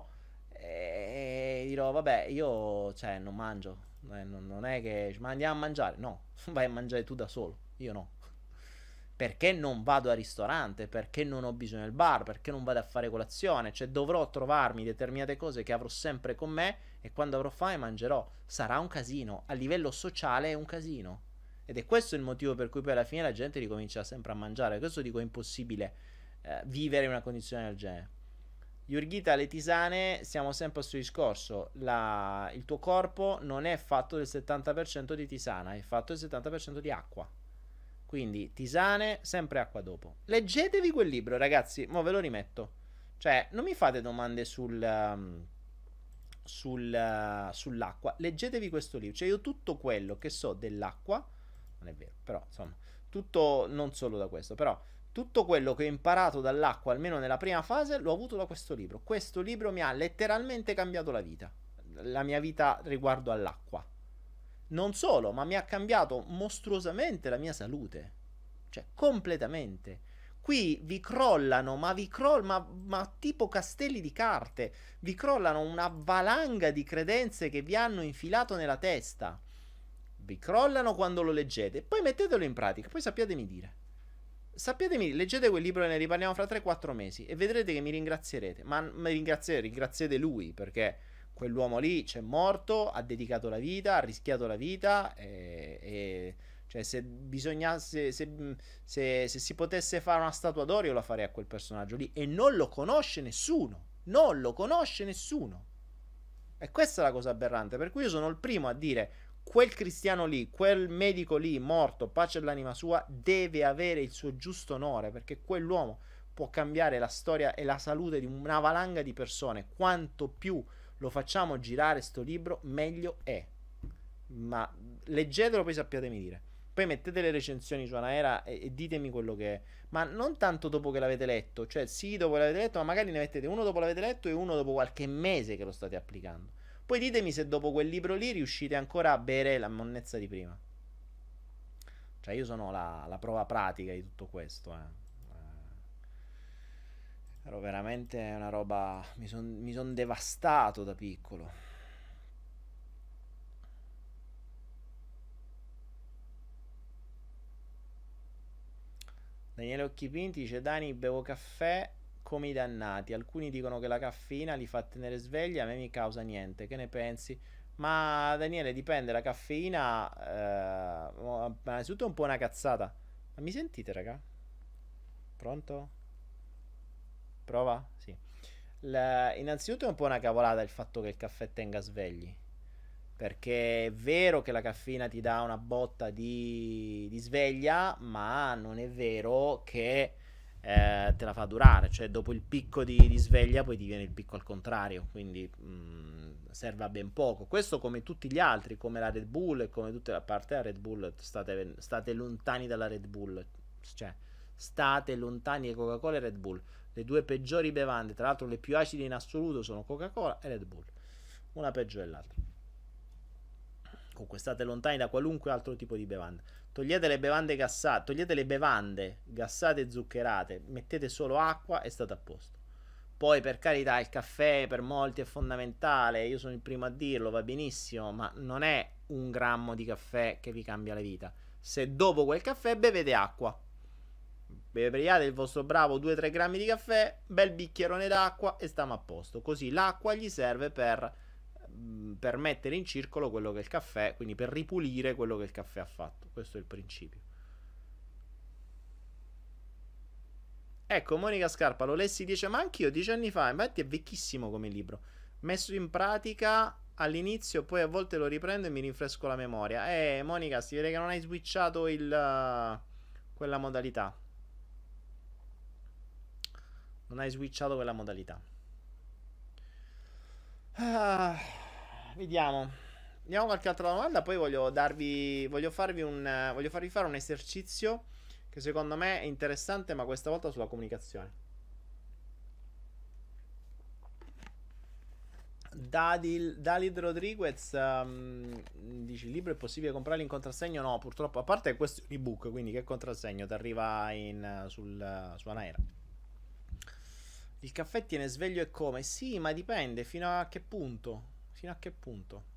e dirò, vabbè, io, cioè, non mangio. Eh, non, non è che ma andiamo a mangiare, no, vai a mangiare tu da solo, io no. Perché non vado al ristorante, perché non ho bisogno del bar, perché non vado a fare colazione, cioè dovrò trovarmi determinate cose che avrò sempre con me e quando avrò fame mangerò. Sarà un casino, a livello sociale è un casino. Ed è questo il motivo per cui poi alla fine la gente ricomincia sempre a mangiare. Questo dico è impossibile eh, vivere in una condizione del genere. Yurghita, le tisane, siamo sempre al suo discorso. La, il tuo corpo non è fatto del settanta per cento di tisana, è fatto del settanta per cento di acqua. Quindi tisane, sempre acqua dopo. Leggetevi quel libro, ragazzi. Mo ve lo rimetto. Cioè, non mi fate domande sul, um, sul, uh, sull'acqua. Leggetevi questo libro. Cioè, io tutto quello che so dell'acqua, non è vero, però, insomma, tutto, non solo da questo, però, tutto quello che ho imparato dall'acqua, almeno nella prima fase, l'ho avuto da questo libro. Questo libro mi ha letteralmente cambiato la vita. La mia vita riguardo all'acqua. Non solo, ma mi ha cambiato mostruosamente la mia salute. Cioè, completamente. Qui vi crollano, ma vi crollano, ma, ma tipo castelli di carte. Vi crollano una valanga di credenze che vi hanno infilato nella testa. Vi crollano quando lo leggete. Poi mettetelo in pratica, poi sappiatemi dire. Sappiatemi, leggete quel libro e ne riparliamo fra tre quattro mesi e vedrete che mi ringrazierete. Ma mi ringrazierete, ringraziate lui, perché quell'uomo lì c'è morto, ha dedicato la vita, ha rischiato la vita e, e cioè se bisognasse se, se, se si potesse fare una statua d'oro io la farei a quel personaggio lì e non lo conosce nessuno, non lo conosce nessuno. E questa è la cosa aberrante, per cui io sono il primo a dire quel cristiano lì, quel medico lì morto, pace all'anima sua, deve avere il suo giusto onore, perché quell'uomo può cambiare la storia e la salute di una valanga di persone. Quanto più lo facciamo girare sto libro, meglio è. Ma leggetelo, poi sappiatemi dire. Poi mettete le recensioni su Anaera e, e ditemi quello che è. Ma non tanto dopo che l'avete letto, cioè sì, dopo che l'avete letto, ma magari ne mettete uno dopo l'avete letto e uno dopo qualche mese che lo state applicando. Poi ditemi se dopo quel libro lì riuscite ancora a bere la monnezza di prima. Cioè io sono la, la prova pratica di tutto questo, eh. Ero veramente una roba. Mi sono mi son devastato da piccolo. Daniele Occhipinti dice: Dani, bevo caffè come i dannati. Alcuni dicono che la caffeina li fa tenere svegli, a me mi causa niente. Che ne pensi? Ma Daniele, dipende, la caffeina eh, oh, innanzitutto è un po' una cazzata. Ma mi sentite, raga? Pronto? Prova? Sì. La- innanzitutto è un po' una cavolata il fatto che il caffè tenga svegli. Perché è vero che la caffeina ti dà una botta di, di sveglia, ma non è vero che eh, te la fa durare. Cioè, dopo il picco di, di sveglia, poi ti viene il picco al contrario. Quindi mh, serve a ben poco. Questo come tutti gli altri, come la Red Bull e come tutte le. A parte la Red Bull, state, state lontani dalla Red Bull. Cioè, state lontani da Coca-Cola e Red Bull. Le due peggiori bevande, tra l'altro le più acide in assoluto, sono Coca-Cola e Red Bull. Una peggio dell'altra. Comunque state lontani da qualunque altro tipo di bevanda. Togliete le bevande gassate, togliete le bevande gassate e zuccherate, mettete solo acqua e state a posto. Poi per carità il caffè per molti è fondamentale, io sono il primo a dirlo, va benissimo, ma non è un grammo di caffè che vi cambia la vita. Se dopo quel caffè bevete acqua, beviate il vostro bravo due tre grammi di caffè, bel bicchierone d'acqua e stiamo a posto. Così l'acqua gli serve per per mettere in circolo quello che è il caffè, quindi per ripulire quello che il caffè ha fatto. Questo è il principio. Ecco, Monica Scarpa, lo lessi dice, ma anch'io dieci anni fa, infatti è vecchissimo come libro. Messo in pratica all'inizio, poi a volte lo riprendo e mi rinfresco la memoria. Eh, Monica, si vede che non hai switchato il, uh, quella modalità. Non hai switchato quella modalità. Ah, vediamo. Vediamo qualche altra domanda. Poi voglio darvi. Voglio farvi un. Voglio farvi fare un esercizio che secondo me è interessante, ma questa volta sulla comunicazione. Dadil, Dalid Rodriguez um, dice: il libro è possibile comprarlo in contrassegno? No, purtroppo. A parte che questo è un ebook, quindi che contrassegno? Ti arriva in, sul, su Anaera. Il caffè tiene sveglio e come? Sì, ma dipende fino a che punto. Fino a che punto?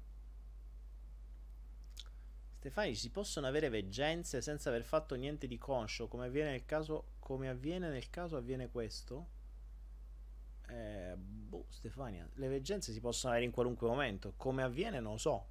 Stefani, si possono avere veggenze senza aver fatto niente di conscio, come avviene nel caso, come avviene nel caso avviene questo? Eh, boh, Stefania, le veggenze si possono avere in qualunque momento, come avviene non lo so.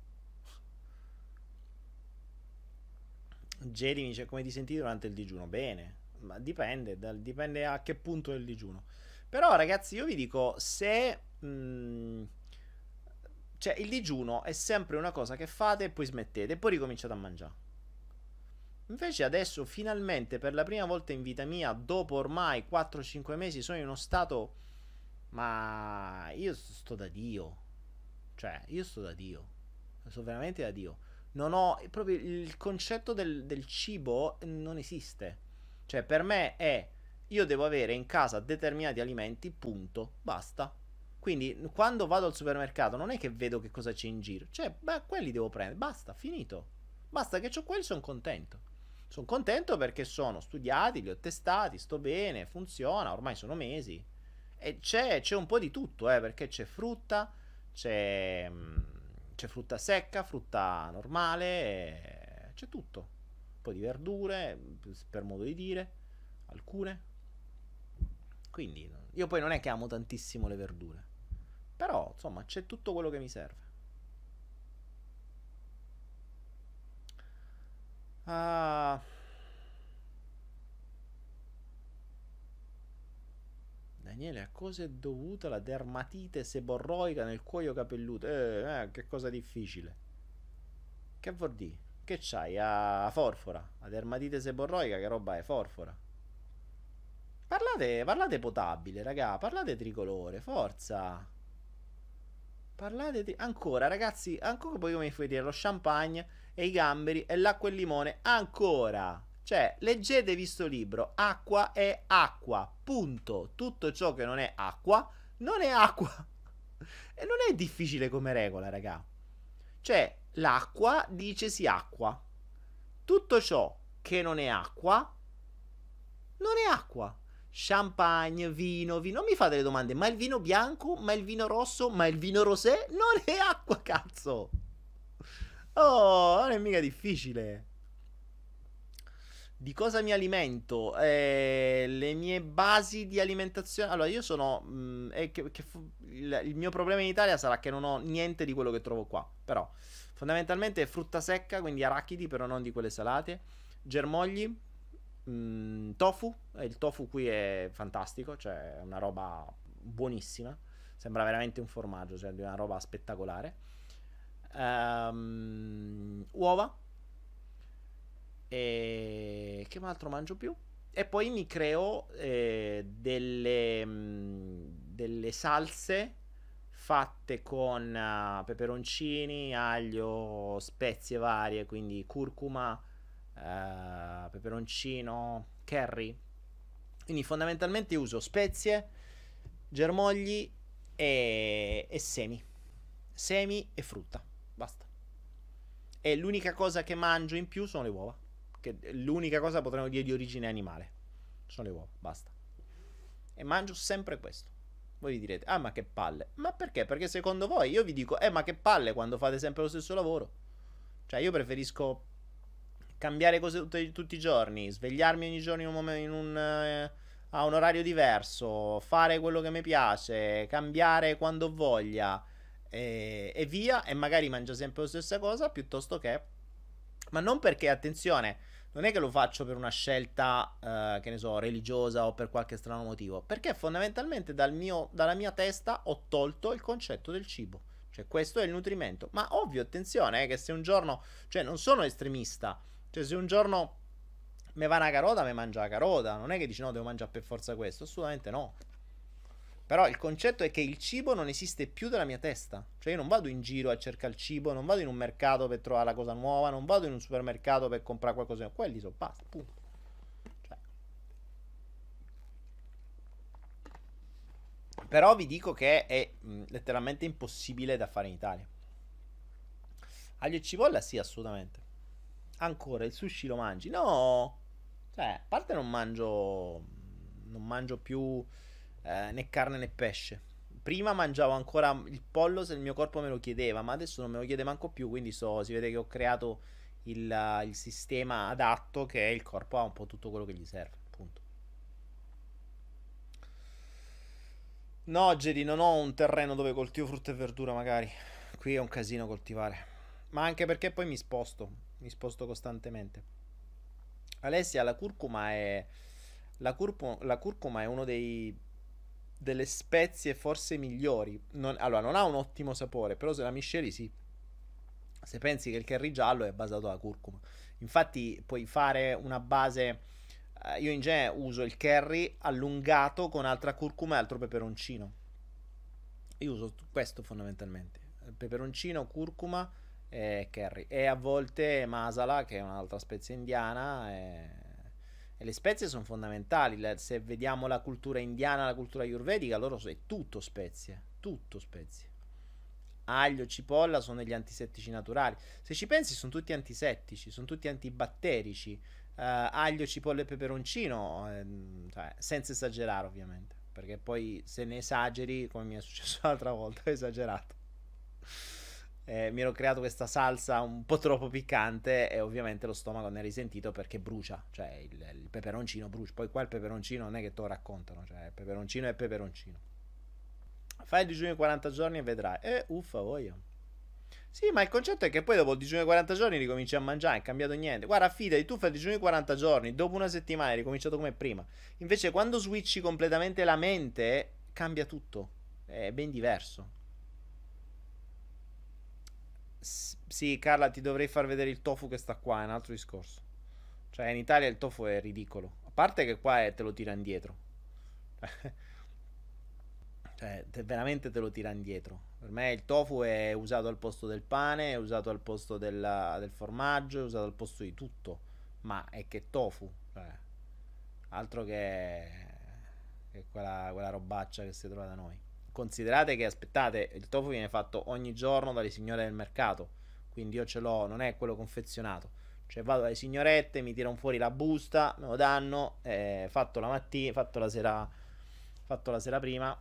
Jerry mi dice come ti senti durante il digiuno? Bene, ma dipende, dal, dipende a che punto del digiuno. Però ragazzi, io vi dico, se mh, cioè il digiuno è sempre una cosa che fate e poi smettete e poi ricominciate a mangiare. Invece adesso finalmente per la prima volta in vita mia, dopo ormai quattro cinque mesi, sono in uno stato, ma io sto da Dio. Cioè, io sto da Dio. Sto veramente da Dio. Non ho proprio il concetto del, del cibo non esiste. Cioè, per me è io devo avere in casa determinati alimenti, punto, basta. Quindi quando vado al supermercato non è che vedo che cosa c'è in giro, cioè, beh, quelli devo prendere, basta, finito. Basta che ho quelli, sono contento. Sono contento perché sono studiati, li ho testati, sto bene, funziona, ormai sono mesi. E c'è, c'è un po' di tutto, eh, perché c'è frutta, c'è, mm, c'è frutta secca, frutta normale, eh, c'è tutto. Un po' di verdure, per modo di dire, alcune. Quindi io poi non è che amo tantissimo le verdure, però insomma c'è tutto quello che mi serve. Ah, Daniele, a cosa è dovuta la dermatite seborroica nel cuoio capelluto? Eh, eh, che cosa difficile. Che vuol dire? Che c'hai? A forfora? La dermatite seborroica che roba è? Forfora? Parlate, parlate potabile, raga, parlate tricolore, forza. Parlate di. Ancora, ragazzi, ancora poi come fai dire lo champagne e i gamberi e l'acqua e il limone, ancora. Cioè, leggetevi sto libro, acqua è acqua, punto. Tutto ciò che non è acqua, non è acqua. E non è difficile come regola, raga. Cioè, l'acqua dicesi acqua. Tutto ciò che non è acqua, non è acqua. Champagne, vino, vino. Non mi fate le domande. Ma il vino bianco? Ma il vino rosso? Ma il vino rosé? Non è acqua, cazzo. Oh, non è mica difficile. Di cosa mi alimento? Eh, le mie basi di alimentazione. Allora, io sono. mh, è che- che fu- il, il mio problema in Italia sarà che non ho niente di quello che trovo qua. Però, fondamentalmente è frutta secca, quindi arachidi, però non di quelle salate. Germogli, mh, tofu. E il tofu qui è fantastico, cioè è una roba buonissima. Sembra veramente un formaggio, cioè di una roba spettacolare. Ehm, uova. E che altro mangio più? E poi mi creo eh, delle, mh, delle salse fatte con eh, peperoncini, aglio, spezie varie, quindi curcuma, eh, peperoncino, curry. Quindi fondamentalmente uso spezie, germogli e, e semi. Semi e frutta. Basta. E l'unica cosa che mangio in più sono le uova. Che l'unica cosa potremmo dire di origine animale. Sono le uova, basta. E mangio sempre questo. Voi vi direte, ah ma che palle. Ma perché? Perché secondo voi io vi dico, eh ma che palle quando fate sempre lo stesso lavoro. Cioè io preferisco cambiare cose tutti, tutti i giorni, svegliarmi ogni giorno in un, momen- in un, eh, a un orario diverso, fare quello che mi piace, cambiare quando voglia e, e via, e magari mangio sempre la stessa cosa piuttosto che... Ma non perché, attenzione, non è che lo faccio per una scelta, eh, che ne so, religiosa o per qualche strano motivo, perché fondamentalmente dal mio, dalla mia testa ho tolto il concetto del cibo. Cioè, questo è il nutrimento. Ma ovvio, attenzione, eh, che se un giorno, cioè, non sono estremista. Cioè, se un giorno mi va una carota, mi mangia la carota. Non è che dici no, devo mangiare per forza questo. Assolutamente no. Però il concetto è che il cibo non esiste più dalla mia testa. Cioè io non vado in giro a cercare il cibo, non vado in un mercato per trovare la cosa nuova, non vado in un supermercato per comprare qualcosa. Quelli sono basta, punto. Cioè, però vi dico che è mh, letteralmente impossibile da fare in Italia. Aglio e cipolla sì, assolutamente. Ancora, il sushi lo mangi? No! Cioè, a parte non mangio... Non mangio più eh, né carne né pesce. Prima mangiavo ancora il pollo se il mio corpo me lo chiedeva, ma adesso non me lo chiede manco più, quindi so, si vede che ho creato il, uh, il sistema adatto che il corpo ha un po' tutto quello che gli serve, appunto. No, Geri, non ho un terreno dove coltivo frutta e verdura, magari. Qui è un casino coltivare. Ma anche perché poi mi sposto, mi sposto costantemente. Alessia, la curcuma è... La, curcu- la curcuma è uno dei delle spezie forse migliori. Non, allora, non ha un ottimo sapore, però se la misceli sì. Se pensi che il curry giallo è basato sulla curcuma. Infatti puoi fare una base... eh, io in genere uso il curry allungato con altra curcuma e altro peperoncino. Io uso questo fondamentalmente. Peperoncino, curcuma e curry. E a volte masala, che è un'altra spezia indiana. E, e le spezie sono fondamentali. Se vediamo la cultura indiana, la cultura ayurvedica, loro è tutto spezie. Tutto spezie. Aglio, cipolla sono degli antisettici naturali. Se ci pensi, sono tutti antisettici, sono tutti antibatterici. Uh, aglio, cipolla e peperoncino, ehm, cioè, senza esagerare ovviamente, perché poi se ne esageri, come mi è successo l'altra volta, ho esagerato. Eh, mi ero creato questa salsa un po' troppo piccante e ovviamente lo stomaco ne è risentito perché brucia, cioè il, il peperoncino brucia. Poi qua il peperoncino non è che te lo raccontano, cioè il peperoncino è peperoncino. Fai il digiuno di quaranta giorni e vedrai. Eh, uffa, voglio. Sì, ma il concetto è che poi dopo il digiuno di quaranta giorni ricominci a mangiare, non è cambiato niente. Guarda, affidati, tu fai il digiuno di quaranta giorni, dopo una settimana hai ricominciato come prima. Invece quando switchi completamente la mente, cambia tutto. È ben diverso. S- sì, Carla, ti dovrei far vedere il tofu che sta qua, è un altro discorso. Cioè, in Italia il tofu è ridicolo. A parte che qua è- te lo tira indietro. Cioè, te- veramente te lo tira indietro. Per me il tofu è usato al posto del pane, è usato al posto della- del formaggio, è usato al posto di tutto. Ma è che tofu, cioè, altro che, che quella, quella robaccia che si trova da noi. Considerate che, aspettate, il tofu viene fatto ogni giorno dalle signore del mercato. Quindi io ce l'ho, non è quello confezionato. Cioè vado dalle signorette, mi tirano fuori la busta, me lo danno, eh, fatto la mattina, fatto la sera, fatto la sera prima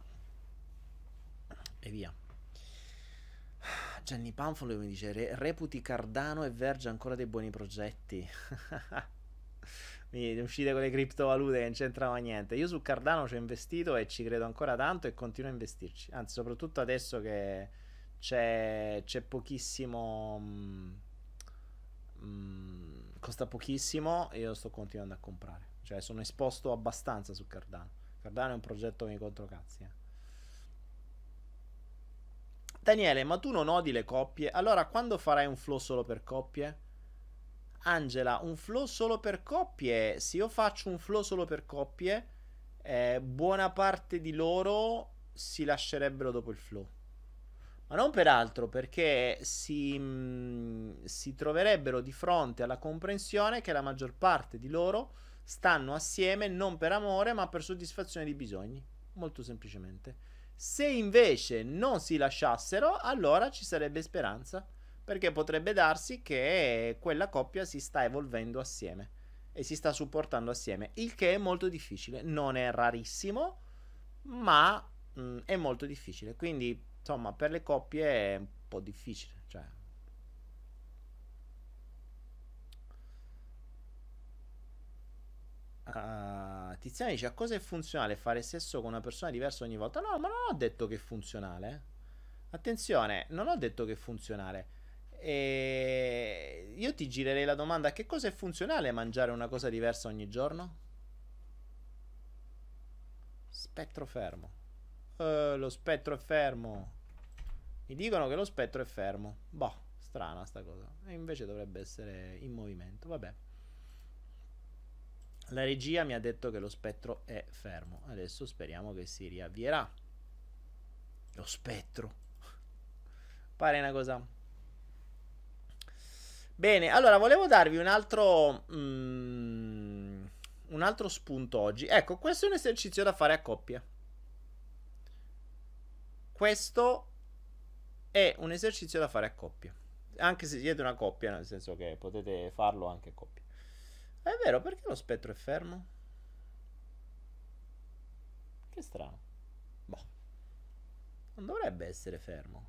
e via. Gianni Panfolo mi dice: "Re- reputi Cardano e Verge ancora dei buoni progetti?" Mi uscite con le criptovalute che non c'entrava niente. Io su Cardano ci ho investito e ci credo ancora tanto e continuo a investirci. Anzi, soprattutto adesso che c'è, c'è pochissimo. mm, mm, costa pochissimo. Io sto continuando a comprare. Cioè, sono esposto abbastanza su Cardano. Cardano è un progetto che mi controcazzi. Eh. Daniele, ma tu non odi le coppie? Allora, quando farai un flow solo per coppie? Angela, un flow solo per coppie. Se io faccio un flow solo per coppie, eh, buona parte di loro si lascerebbero dopo il flow. Ma non per altro, perché si, mh, si troverebbero di fronte alla comprensione che la maggior parte di loro stanno assieme non per amore, ma per soddisfazione di bisogni. Molto semplicemente. Se invece non si lasciassero, allora ci sarebbe speranza, perché potrebbe darsi che quella coppia si sta evolvendo assieme e si sta supportando assieme, il che è molto difficile. Non è rarissimo, ma mh, è molto difficile. Quindi, insomma, per le coppie è un po' difficile. Cioè, uh, Tiziana dice: a cosa è funzionale fare sesso con una persona diversa ogni volta? No, ma non ho detto che è funzionale. eh. Attenzione, non ho detto che è funzionale. E io ti girerei la domanda: che cosa è funzionale mangiare una cosa diversa ogni giorno? Spettro fermo. Eh, lo spettro è fermo. Mi dicono che lo spettro è fermo. Boh, strana sta cosa. E invece dovrebbe essere in movimento. Vabbè. La regia mi ha detto che lo spettro è fermo. Adesso speriamo che si riavvierà. Lo spettro. Pare una cosa. Bene, allora volevo darvi un altro. mm, un altro spunto oggi. Ecco, questo è un esercizio da fare a coppia. Questo è un esercizio da fare a coppia. Anche se siete una coppia, nel senso che potete farlo anche a coppia. È vero, perché lo spettro è fermo? Che strano. Boh, non dovrebbe essere fermo.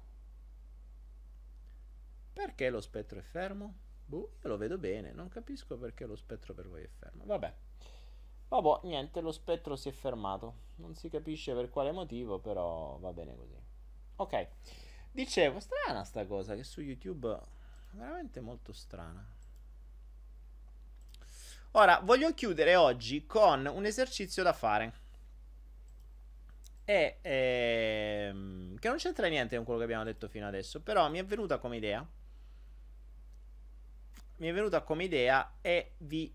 Perché lo spettro è fermo? Boh, io lo vedo bene, non capisco perché lo spettro per voi è fermo. Vabbè. Vabbè, niente, lo spettro si è fermato. Non si capisce per quale motivo, però va bene così. Ok. Dicevo, strana sta cosa che su YouTube veramente molto strana. Ora, voglio chiudere oggi con un esercizio da fare. E ehm, che non c'entra niente con quello che abbiamo detto fino adesso, però mi è venuta come idea. Mi è venuta come idea e vi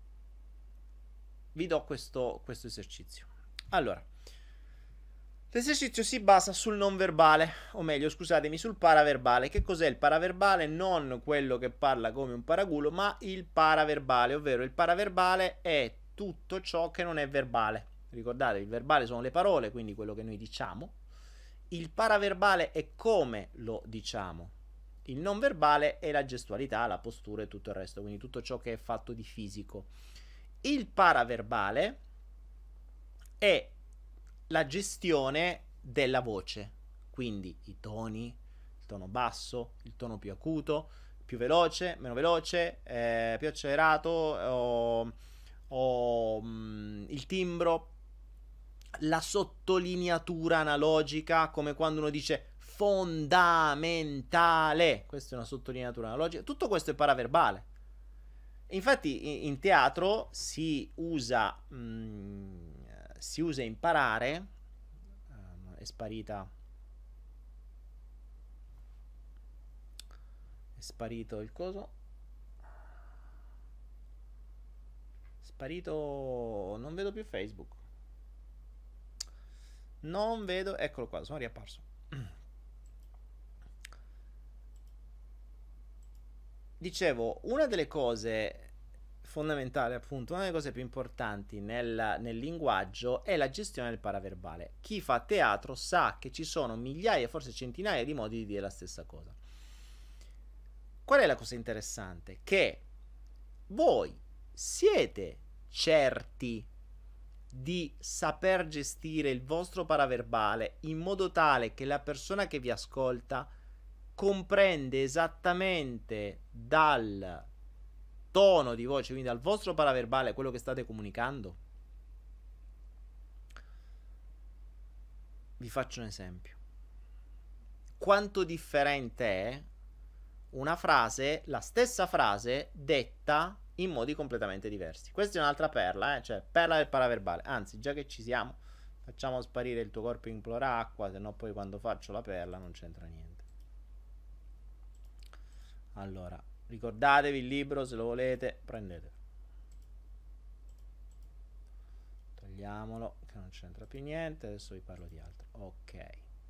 vi do questo, questo esercizio. Allora, l'esercizio si basa sul non verbale, o meglio, scusatemi, sul paraverbale. Che cos'è il paraverbale? Non quello che parla come un paraculo, ma il paraverbale, ovvero il paraverbale è tutto ciò che non è verbale. Ricordate, il verbale sono le parole, quindi quello che noi diciamo. Il paraverbale è come lo diciamo. Il non verbale è la gestualità, la postura e tutto il resto, quindi tutto ciò che è fatto di fisico. Il paraverbale è la gestione della voce, quindi i toni, il tono basso, il tono più acuto, più veloce, meno veloce, eh, più accelerato, o, o mh, il timbro, la sottolineatura analogica, come quando uno dice fondamentale, questa è una sottolineatura analogica, tutto questo è paraverbale. Infatti in teatro si usa, mh, si usa imparare, uh, è sparita, è sparito il coso, è sparito, non vedo più Facebook, non vedo, eccolo qua, sono riapparso. Dicevo, una delle cose fondamentali, appunto, una delle cose più importanti nel, nel linguaggio è la gestione del paraverbale. Chi fa teatro sa che ci sono migliaia, forse centinaia di modi di dire la stessa cosa. Qual è la cosa interessante? Che voi siete certi di saper gestire il vostro paraverbale in modo tale che la persona che vi ascolta comprende esattamente dal tono di voce, quindi dal vostro paraverbale, quello che state comunicando. Vi faccio un esempio. Quanto differente è una frase, la stessa frase, detta in modi completamente diversi. Questa è un'altra perla, eh? Cioè perla del paraverbale. Anzi, già che ci siamo, facciamo sparire il tuo corpo implora acqua, se no poi quando faccio la perla non c'entra niente. Allora, ricordatevi il libro, se lo volete, prendetelo. Togliamolo, che non c'entra più niente, adesso vi parlo di altro. Ok.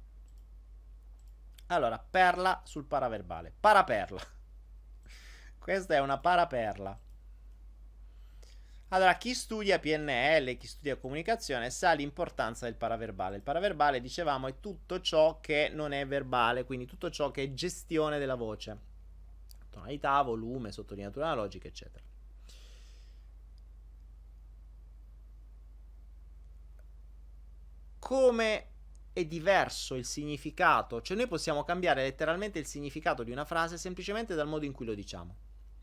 Allora, perla sul paraverbale. Paraperla. Questa è una paraperla. Allora, chi studia P N L, chi studia comunicazione, sa l'importanza del paraverbale. Il paraverbale, dicevamo, è tutto ciò che non è verbale, quindi tutto ciò che è gestione della voce. Tonalità, volume, sottolineatura analogica, eccetera. Come è diverso il significato? Cioè noi possiamo cambiare letteralmente il significato di una frase semplicemente dal modo in cui lo diciamo.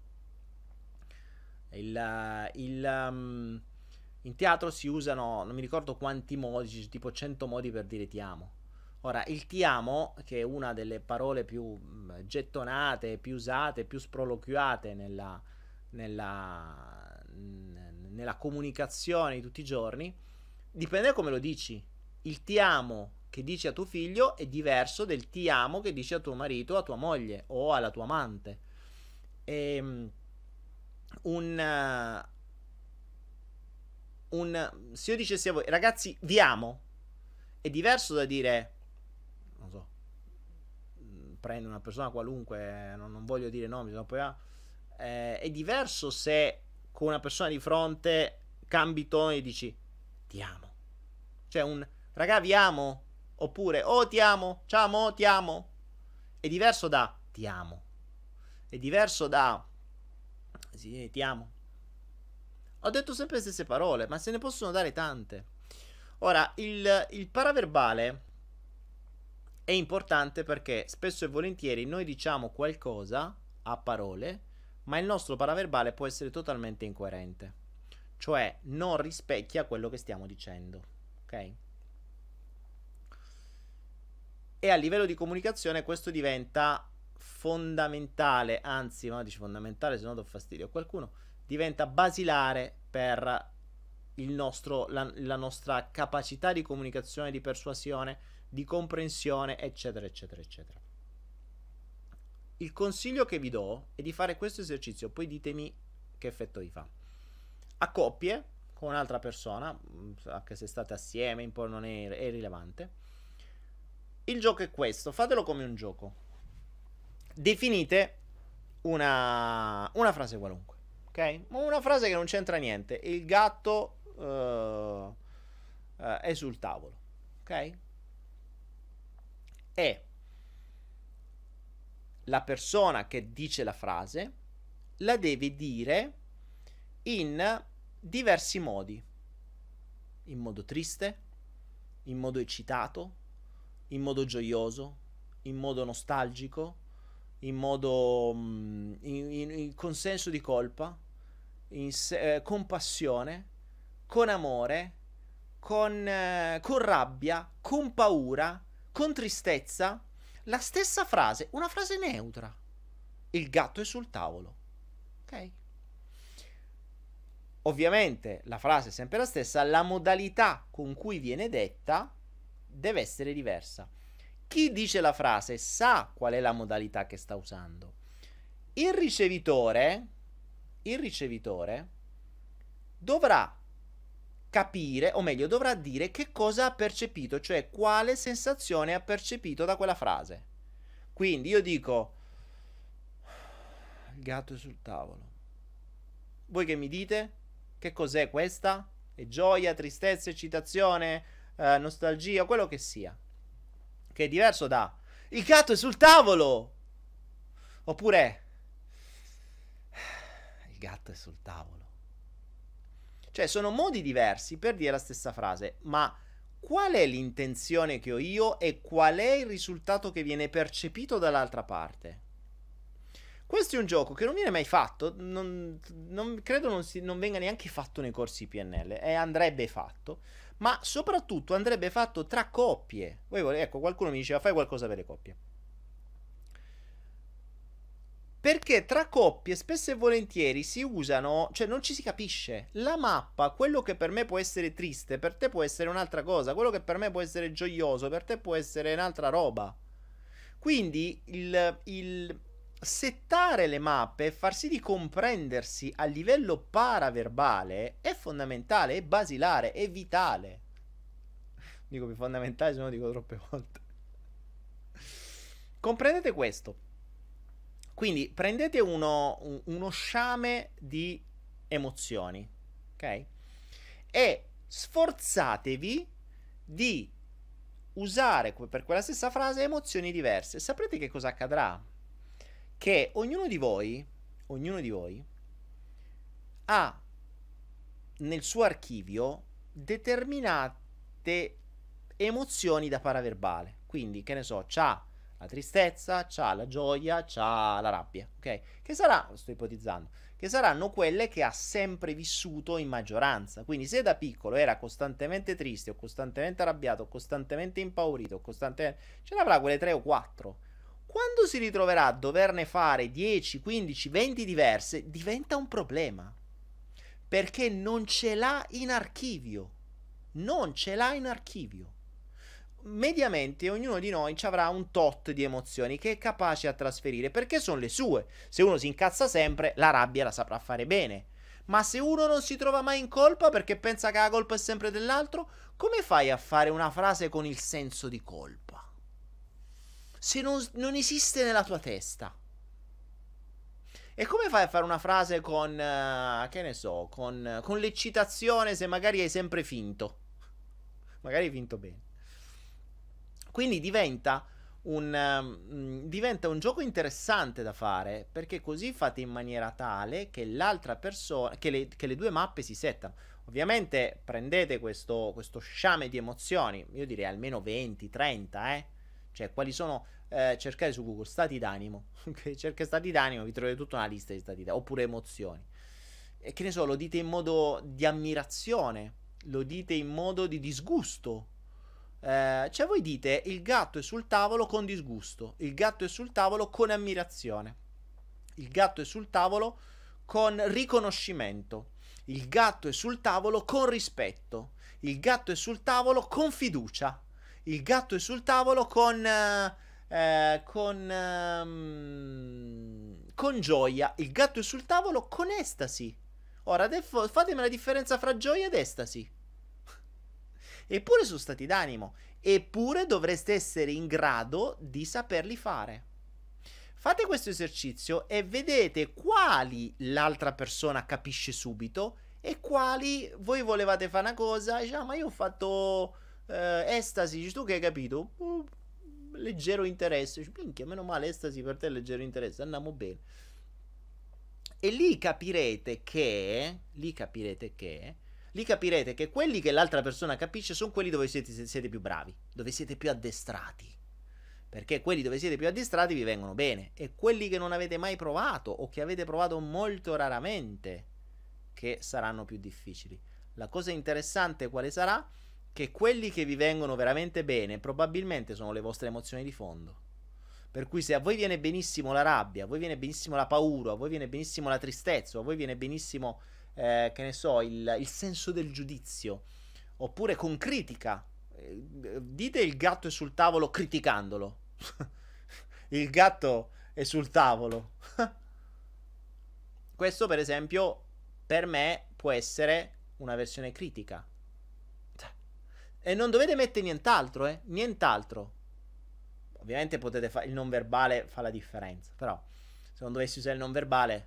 Il, il, um, in teatro si usano, non mi ricordo quanti modi, tipo cento modi per dire ti amo. Ora, il ti amo, che è una delle parole più gettonate, più usate, più sproloquiate nella, nella, nella comunicazione di tutti i giorni, dipende da come lo dici. Il ti amo che dici a tuo figlio è diverso del ti amo che dici a tuo marito, a tua moglie o alla tua amante. E un, un se io dicessi a voi ragazzi vi amo, è diverso da dire, non so, prendo una persona qualunque, non, non voglio dire nomi, sennò poi ah, eh, è diverso se con una persona di fronte cambi tono e dici ti amo, cioè un raga vi amo, oppure oh ti amo, ciao mo, ti amo, è diverso da ti amo, è diverso da sì, ti amo. Ho detto sempre le stesse parole, ma se ne possono dare tante. Ora, il, il paraverbale è importante perché spesso e volentieri noi diciamo qualcosa a parole, ma il nostro paraverbale può essere totalmente incoerente. Cioè, non rispecchia quello che stiamo dicendo. Ok? E a livello di comunicazione questo diventa fondamentale, anzi, no, dice fondamentale, se no do fastidio a qualcuno, diventa basilare per il nostro, la, la nostra capacità di comunicazione, di persuasione, di comprensione, eccetera, eccetera, eccetera. Il consiglio che vi do è di fare questo esercizio, poi ditemi che effetto vi fa. A coppie, con un'altra persona, anche se state assieme, un po' non è, è rilevante. Il gioco è questo, fatelo come un gioco. Definite una, una frase qualunque, ok? Una frase che non c'entra niente. Il gatto uh, uh, è sul tavolo, ok? E la persona che dice la frase la deve dire in diversi modi. In modo triste, in modo eccitato, in modo gioioso, in modo nostalgico, in modo in, in, in consenso di colpa, in, eh, con passione, con amore, con, eh, con rabbia, con paura, con tristezza. La stessa frase, una frase neutra. Il gatto è sul tavolo. Ok? Ovviamente la frase è sempre la stessa, la modalità con cui viene detta deve essere diversa. Chi dice la frase sa qual è la modalità che sta usando. Il ricevitore, il ricevitore dovrà capire, o meglio, dovrà dire che cosa ha percepito, cioè quale sensazione ha percepito da quella frase. Quindi io dico, il gatto è sul tavolo. Voi che mi dite? Che cos'è questa? È gioia, tristezza, eccitazione, eh, nostalgia, quello che sia. Che è diverso da il gatto è sul tavolo. Oppure il gatto è sul tavolo. Cioè sono modi diversi per dire la stessa frase, ma qual è l'intenzione che ho io e qual è il risultato che viene percepito dall'altra parte? Questo è un gioco che non viene mai fatto, non, non credo non, si, non venga neanche fatto nei corsi P N L, e andrebbe fatto, ma soprattutto andrebbe fatto tra coppie. Voi volete, ecco, qualcuno mi diceva fai qualcosa per le coppie. Perché tra coppie spesso e volentieri si usano, cioè non ci si capisce. La mappa, quello che per me può essere triste, per te può essere un'altra cosa. Quello che per me può essere gioioso, per te può essere un'altra roba. Quindi il, il settare le mappe e far sì di comprendersi a livello paraverbale è fondamentale, è basilare, è vitale. Dico più fondamentale, se no dico troppe volte. Comprendete questo. Quindi prendete uno, un, uno sciame di emozioni, ok? E sforzatevi di usare per quella stessa frase emozioni diverse. Saprete che cosa accadrà? Che ognuno di voi, ognuno di voi ha nel suo archivio determinate emozioni da paraverbale. Quindi, che ne so, c'ha la tristezza, c'ha la gioia, c'ha la rabbia, ok? Che sarà, sto ipotizzando, che saranno quelle che ha sempre vissuto in maggioranza. Quindi se da piccolo era costantemente triste, o costantemente arrabbiato, o costantemente impaurito, o costantemente... ce ne avrà quelle tre o quattro. Quando si ritroverà a doverne fare dieci, quindici, venti diverse, diventa un problema. Perché non ce l'ha in archivio. Non ce l'ha in archivio. Mediamente ognuno di noi ci avrà un tot di emozioni che è capace a trasferire, perché sono le sue. Se uno si incazza sempre, la rabbia la saprà fare bene. Ma se uno non si trova mai in colpa perché pensa che la colpa è sempre dell'altro, come fai a fare una frase con il senso di colpa? Se non, non esiste nella tua testa. E come fai a fare una frase con, uh, che ne so, con, con l'eccitazione se magari hai sempre finto? Magari hai finto bene. Quindi diventa un, um, diventa un gioco interessante da fare, perché così fate in maniera tale che l'altra persona, che le, che le due mappe si settano. Ovviamente prendete questo, questo sciame di emozioni, io direi almeno venti trenta, eh? Cioè quali sono, eh, cercate su Google stati d'animo, okay? Cerca stati d'animo, vi trovate tutta una lista di stati d'animo, oppure emozioni. E che ne so, lo dite in modo di ammirazione, lo dite in modo di disgusto. Eh, cioè voi dite il gatto è sul tavolo con disgusto, il gatto è sul tavolo con ammirazione, il gatto è sul tavolo con riconoscimento, il gatto è sul tavolo con rispetto, il gatto è sul tavolo con fiducia, il gatto è sul tavolo con eh, con um, con gioia, il gatto è sul tavolo con estasi. Ora adesso fatemi la differenza fra gioia ed estasi. Eppure sono stati d'animo. Eppure dovreste essere in grado di saperli fare. Fate questo esercizio e vedete quali l'altra persona capisce subito e quali voi volevate fare una cosa. Dice, ah, ma io ho fatto eh, estasi. Dici, tu che hai capito? Uh, leggero interesse. Dici, minchia, meno male, estasi per te è leggero interesse. Andiamo bene. E lì capirete che... Lì capirete che... Lì capirete che quelli che l'altra persona capisce sono quelli dove siete, siete più bravi, dove siete più addestrati. Perché quelli dove siete più addestrati vi vengono bene. E quelli che non avete mai provato o che avete provato molto raramente, che saranno più difficili. La cosa interessante quale sarà? Che quelli che vi vengono veramente bene probabilmente sono le vostre emozioni di fondo. Per cui se a voi viene benissimo la rabbia, a voi viene benissimo la paura, a voi viene benissimo la tristezza, a voi viene benissimo... Eh, che ne so, il, il senso del giudizio, oppure con critica. Eh, dite il gatto è sul tavolo criticandolo. Il gatto è sul tavolo. Questo, per esempio, per me può essere una versione critica. E non dovete mettere nient'altro, eh? Nient'altro. Ovviamente potete fare il non verbale, fa la differenza. Però, se non dovessi usare il non verbale,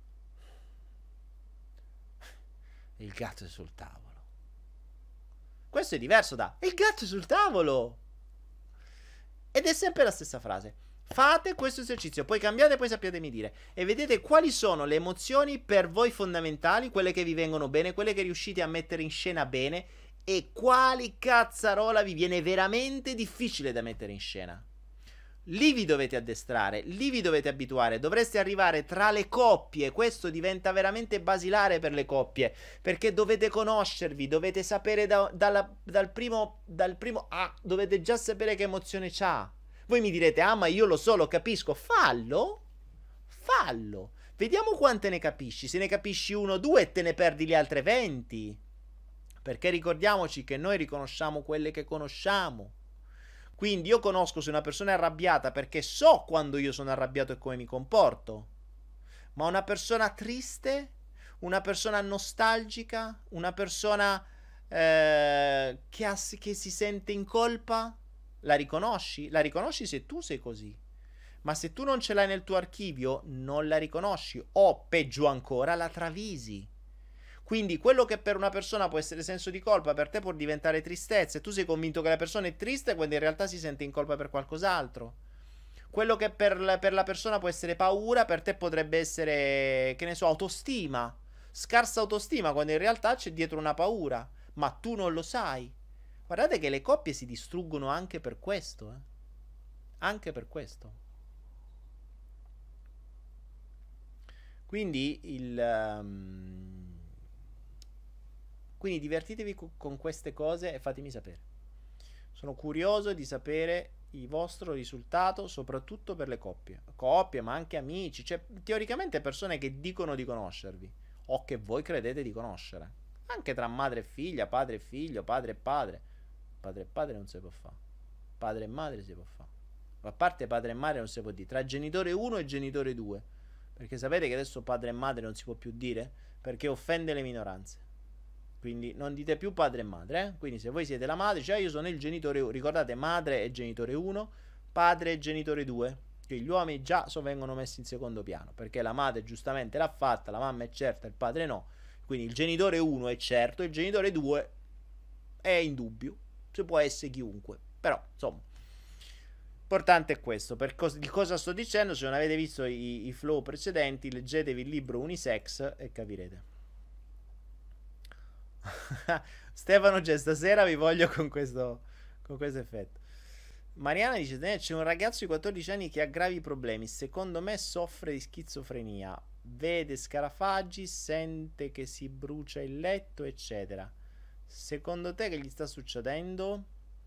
il gatto è sul tavolo. Questo è diverso da il gatto è sul tavolo. Ed è sempre la stessa frase. Fate questo esercizio, poi cambiate, poi sappiatemi dire. E vedete quali sono le emozioni per voi fondamentali, quelle che vi vengono bene, quelle che riuscite a mettere in scena bene, e quali cazzarola vi viene veramente difficile da mettere in scena. Lì vi dovete addestrare, lì vi dovete abituare, dovreste arrivare tra le coppie, questo diventa veramente basilare per le coppie, perché dovete conoscervi, dovete sapere da, dalla, dal primo, dal primo ah, dovete già sapere che emozione c'ha. Voi mi direte, ah ma io lo so, lo capisco, fallo, fallo, vediamo quante ne capisci, se ne capisci uno o due te ne perdi le altre venti, perché ricordiamoci che noi riconosciamo quelle che conosciamo. Quindi io conosco se una persona è arrabbiata perché so quando io sono arrabbiato e come mi comporto. Ma una persona triste, una persona nostalgica, una persona eh, che, ha, che si sente in colpa, la riconosci? La riconosci se tu sei così. Ma se tu non ce l'hai nel tuo archivio, non la riconosci. O peggio ancora, la travisi. Quindi quello che per una persona può essere senso di colpa, per te può diventare tristezza e tu sei convinto che la persona è triste quando in realtà si sente in colpa per qualcos'altro. Quello che per la, per la persona può essere paura, per te potrebbe essere, che ne so, autostima. Scarsa autostima quando in realtà c'è dietro una paura. Ma tu non lo sai. Guardate che le coppie si distruggono anche per questo. Eh? Anche per questo. Quindi il... Um... Quindi divertitevi con queste cose e fatemi sapere. Sono curioso di sapere il vostro risultato, soprattutto per le coppie. Coppie, ma anche amici. Cioè, teoricamente persone che dicono di conoscervi. O che voi credete di conoscere. Anche tra madre e figlia, padre e figlio, padre e padre. Padre e padre non si può fare. Padre e madre si può fare. A parte padre e madre non si può dire. Tra genitore uno e genitore due. Perché sapete che adesso padre e madre non si può più dire? Perché offende le minoranze. Quindi non dite più padre e madre, eh? Quindi se voi siete la madre, cioè io sono il genitore uno. Ricordate, madre è genitore uno, padre è genitore due. Che gli uomini già so vengono messi in secondo piano, perché la madre giustamente l'ha fatta, la mamma è certa, il padre no. Quindi il genitore uno è certo, il genitore due è indubbio. Se può essere chiunque. Però, insomma, importante è questo. Per cos- di cosa sto dicendo? Se non avete visto i, i flow precedenti, leggetevi il libro Unisex e capirete. Stefano c'è, stasera vi voglio con questo con questo effetto. Mariana dice, c'è un ragazzo di quattordici anni che ha gravi problemi, secondo me soffre di schizofrenia, vede scarafaggi, sente che si brucia il letto, eccetera. Secondo te che gli sta succedendo?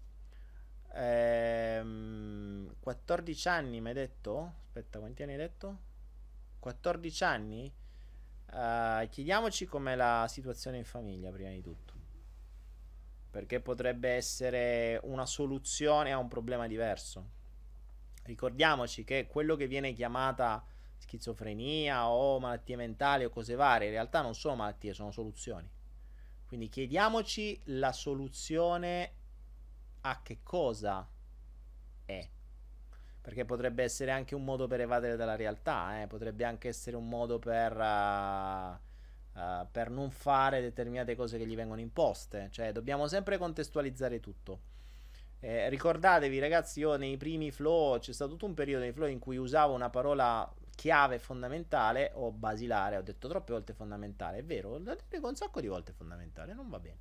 Ehm, quattordici anni mi hai detto? Aspetta, quanti anni hai detto? quattordici anni? Uh, chiediamoci com'è la situazione in famiglia prima di tutto, perché potrebbe essere una soluzione a un problema diverso. Ricordiamoci che quello che viene chiamata schizofrenia o malattie mentali o cose varie in realtà non sono malattie, sono soluzioni. Quindi chiediamoci la soluzione a che cosa è, perché potrebbe essere anche un modo per evadere dalla realtà, eh? Potrebbe anche essere un modo per, uh, uh, per non fare determinate cose che gli vengono imposte. Cioè dobbiamo sempre contestualizzare tutto. Eh, ricordatevi ragazzi, io nei primi flow, c'è stato tutto un periodo nei flow in cui usavo una parola chiave fondamentale o basilare, ho detto troppe volte fondamentale, è vero, l'ho detto un sacco di volte fondamentale, non va bene.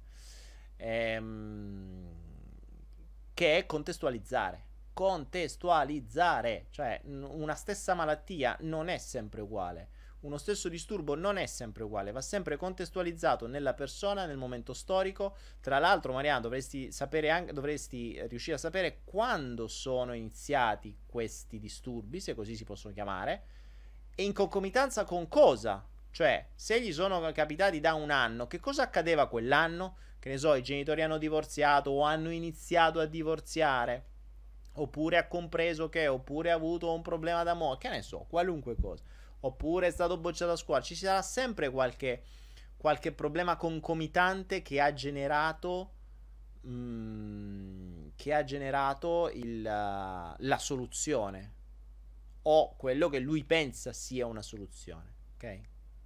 Ehm, che è contestualizzare. Contestualizzare, cioè una stessa malattia non è sempre uguale, uno stesso disturbo non è sempre uguale, va sempre contestualizzato nella persona, nel momento storico. Tra l'altro, Mariano, dovresti sapere anche, dovresti riuscire a sapere quando sono iniziati questi disturbi, se così si possono chiamare, e in concomitanza con cosa. Cioè, se gli sono capitati da un anno, che cosa accadeva quell'anno? Che ne so, i genitori hanno divorziato o hanno iniziato a divorziare, oppure ha compreso che, oppure ha avuto un problema d'amore, che ne so, qualunque cosa, oppure è stato bocciato a scuola. Ci sarà sempre qualche, qualche problema concomitante che ha generato mh, che ha generato il, uh, la soluzione o quello che lui pensa sia una soluzione, ok?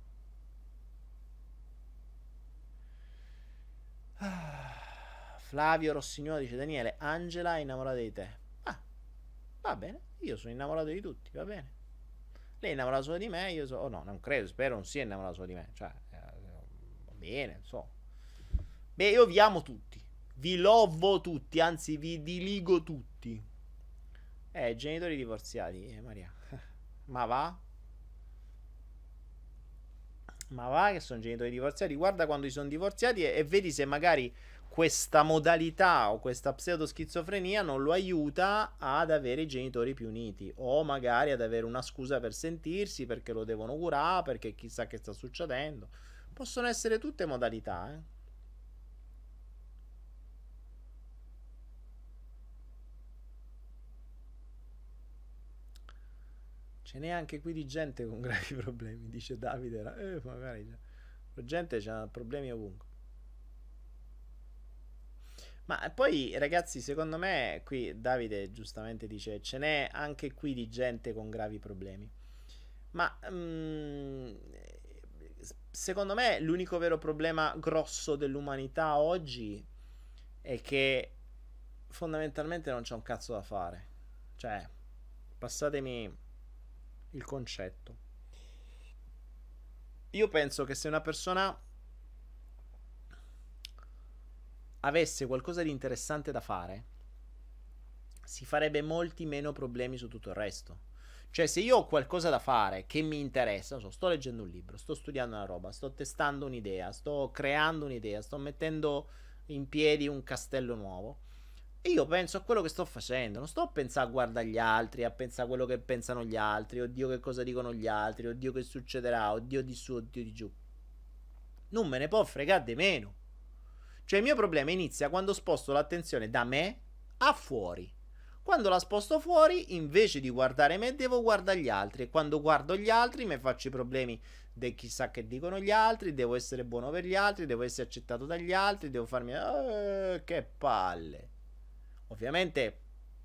Flavio Rossignolo dice, Daniele, Angela è innamorata di te. Ah, va bene, io sono innamorato di tutti, va bene. Lei è innamorata solo di me, io so... Oh no, non credo, spero non sia innamorata solo di me. Cioè, eh, va bene, so. Beh, io vi amo tutti. Vi lovo tutti, anzi vi diligo tutti. Eh, genitori divorziati, eh, Maria. Ma va? Ma va che sono genitori divorziati? Guarda quando si sono divorziati e, e vedi se magari questa modalità o questa pseudoschizofrenia non lo aiuta ad avere i genitori più uniti o magari ad avere una scusa per sentirsi perché lo devono curare, perché chissà che sta succedendo. Possono essere tutte modalità, eh. Ce n'è anche qui di gente con gravi problemi, dice Davide. Eh, magari la gente ha problemi ovunque. Ma poi, ragazzi, secondo me, qui Davide giustamente dice, ce n'è anche qui di gente con gravi problemi. Ma mm, secondo me l'unico vero problema grosso dell'umanità oggi è che fondamentalmente non c'è un cazzo da fare. Cioè, passatemi il concetto. Io penso che se una persona avesse qualcosa di interessante da fare, si farebbe molti meno problemi su tutto il resto. Cioè, se io ho qualcosa da fare che mi interessa, non so, sto leggendo un libro, sto studiando una roba, sto testando un'idea, sto creando un'idea, sto mettendo in piedi un castello nuovo. E io penso a quello che sto facendo, non sto a pensare a guardare gli altri, a pensare a quello che pensano gli altri, oddio che cosa dicono gli altri, oddio che succederà, oddio di su, oddio di giù. Non me ne può fregare di meno. Cioè il mio problema inizia quando sposto l'attenzione da me a fuori. Quando la sposto fuori, invece di guardare me, devo guardare gli altri. E quando guardo gli altri, mi faccio i problemi di chissà che dicono gli altri. Devo essere buono per gli altri, devo essere accettato dagli altri, devo farmi... Eh, che palle. Ovviamente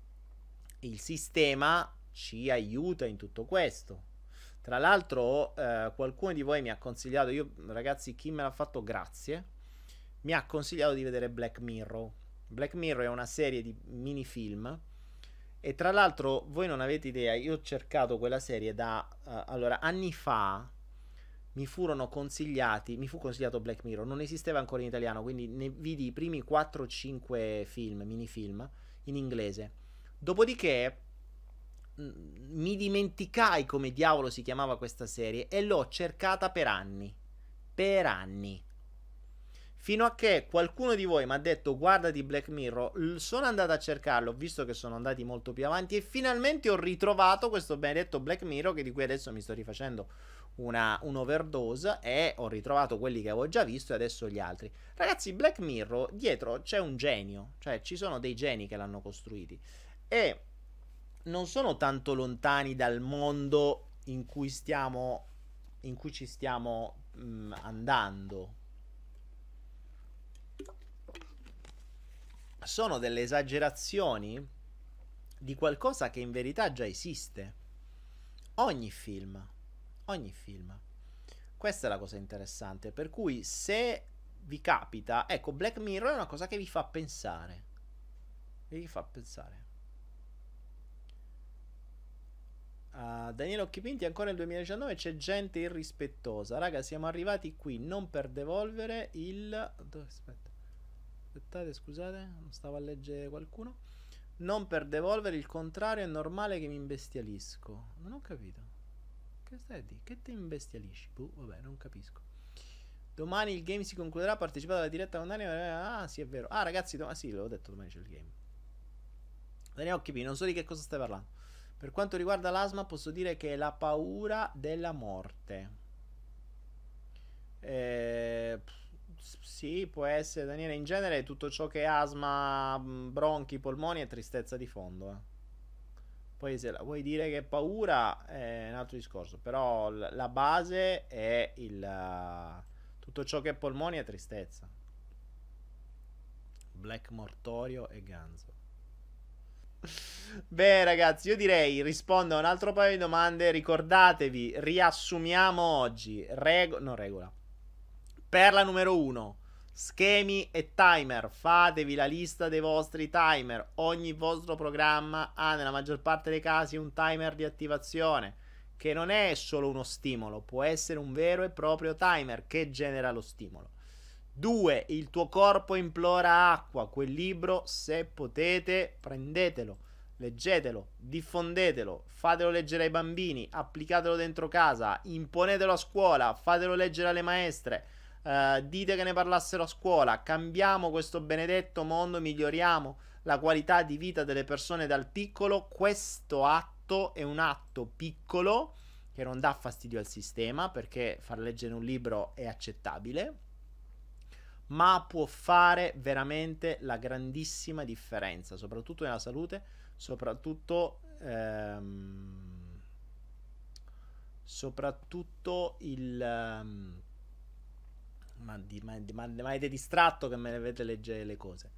il sistema ci aiuta in tutto questo. Tra l'altro, eh, qualcuno di voi mi ha consigliato, io ragazzi, chi me l'ha fatto, grazie, mi ha consigliato di vedere Black Mirror. Black Mirror è una serie di minifilm. E tra l'altro, voi non avete idea, io ho cercato quella serie da... Uh, allora, anni fa mi furono consigliati, mi fu consigliato Black Mirror, non esisteva ancora in italiano, quindi ne vidi i primi quattro cinque film, minifilm, in inglese. Dopodiché mh, mi dimenticai come diavolo si chiamava questa serie e l'ho cercata per anni. Per anni. Fino a che qualcuno di voi mi ha detto guardati Black Mirror, sono andato a cercarlo, ho visto che sono andati molto più avanti e finalmente ho ritrovato questo benedetto Black Mirror che di cui adesso mi sto rifacendo una, un'overdose e ho ritrovato quelli che avevo già visto e adesso gli altri. Ragazzi, Black Mirror, dietro c'è un genio, cioè ci sono dei geni che l'hanno costruiti e non sono tanto lontani dal mondo in cui stiamo, in cui ci stiamo mh, andando. Sono delle esagerazioni di qualcosa che in verità già esiste. Ogni film, ogni film. Questa è la cosa interessante. Per cui se vi capita, ecco, Black Mirror è una cosa che vi fa pensare. Vi fa pensare. Uh, Daniele Occhipinti, ancora nel duemiladiciannove c'è gente irrispettosa. Raga, siamo arrivati qui non per devolvere il... Dove, aspetta. Aspettate, scusate, non stavo a leggere qualcuno. Non per devolvere, il contrario, è normale che mi imbestialisco. Non ho capito. Che stai a dire? Che ti imbestialisci? Boh, vabbè, non capisco. Domani il game si concluderà. Partecipate alla diretta con Daniele. Ah, sì, è vero. Ah, ragazzi, domani... sì, l'ho detto, domani c'è il game. Daniele Occhipi, non so di che cosa stai parlando. Per quanto riguarda l'asma, posso dire che è la paura della morte. Eh... Sì, può essere, Daniele. In genere tutto ciò che è asma, bronchi, polmoni è tristezza di fondo. Eh. Poi se la vuoi dire che è paura è un altro discorso. Però la base è il... Uh, tutto ciò che è polmoni è tristezza. Black Mortorio e Ganzo. Beh ragazzi, io direi rispondo a un altro paio di domande. Ricordatevi, riassumiamo oggi. Rego- non regola. Perla numero uno, schemi e timer. Fatevi la lista dei vostri timer. Ogni vostro programma ha nella maggior parte dei casi un timer di attivazione, che non è solo uno stimolo, può essere un vero e proprio timer che genera lo stimolo. Due, il tuo corpo implora acqua. Quel libro, se potete, prendetelo. leggetelo, diffondetelo, fatelo leggere ai bambini, applicatelo dentro casa, imponetelo a scuola, fatelo leggere alle maestre, uh, dite che ne parlassero a scuola, cambiamo questo benedetto mondo, miglioriamo la qualità di vita delle persone dal piccolo. Questo atto è un atto piccolo che non dà fastidio al sistema, perché far leggere un libro è accettabile, ma può fare veramente la grandissima differenza, soprattutto nella salute, soprattutto ehm, soprattutto il ehm, ma, di, ma, ma, ma avete distratto che me ne avete leggere le cose.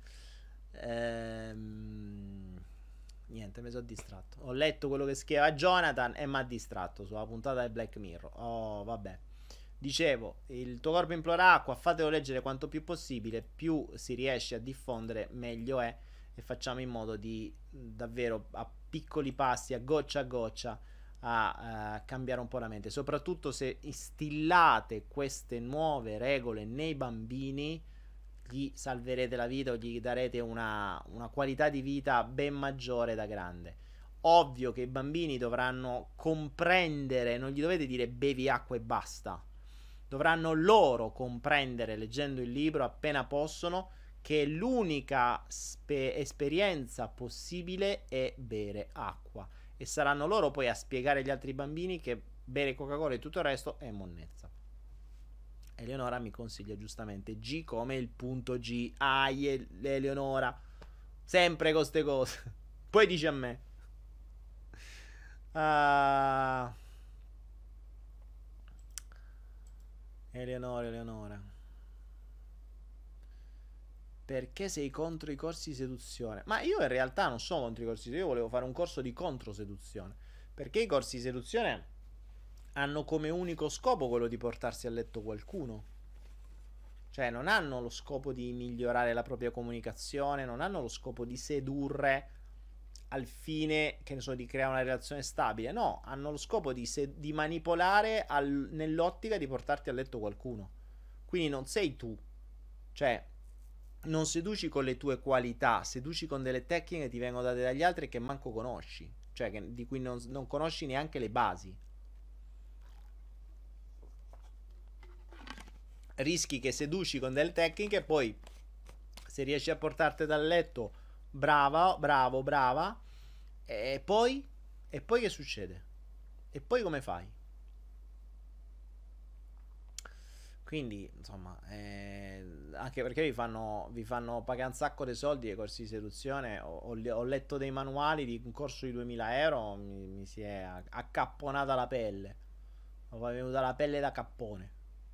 Ehm, niente, mi sono distratto. Ho letto quello che scriveva Jonathan e mi ha distratto sulla puntata del Black Mirror. Oh, vabbè. Dicevo, il tuo corpo implora acqua, fatelo leggere quanto più possibile, più si riesce a diffondere meglio è, e facciamo in modo di davvero a piccoli passi, a goccia a goccia, a, a cambiare un po' la mente. Soprattutto se instillate queste nuove regole nei bambini, gli salverete la vita o gli darete una, una qualità di vita ben maggiore da grande. Ovvio che i bambini dovranno comprendere, non gli dovete dire bevi acqua e basta. Dovranno loro comprendere, leggendo il libro appena possono, che l'unica spe- esperienza possibile è bere acqua. E saranno loro poi a spiegare agli altri bambini che bere Coca-Cola e tutto il resto è monnezza. Eleonora mi consiglia giustamente G come il punto G. Ah, Eleonora. Sempre con ste cose. Poi dici a me. Ah... Eleonora, Eleonora. Perché sei contro i corsi di seduzione? Ma io in realtà non sono contro i corsi di seduzione, io volevo fare un corso di controseduzione. Perché i corsi di seduzione hanno come unico scopo quello di portarsi a letto qualcuno. Cioè non hanno lo scopo di migliorare la propria comunicazione, non hanno lo scopo di sedurre al fine, che ne so, di creare una relazione stabile. No, hanno lo scopo di, se- di manipolare al- nell'ottica di portarti a letto qualcuno. Quindi non sei tu. Cioè, non seduci con le tue qualità, seduci con delle tecniche che ti vengono date dagli altri che manco conosci. Cioè, che, di cui non, non conosci neanche le basi. Rischi che seduci con delle tecniche e poi, se riesci a portarti dal letto, brava, bravo, brava, e poi, e poi che succede? E poi come fai? Quindi, insomma, eh, anche perché vi fanno, vi fanno pagare un sacco di soldi ai corsi di seduzione. Ho, ho, ho letto dei manuali di un corso di duemila euro, mi, mi si è accapponata la pelle. Mi è venuta la pelle da cappone.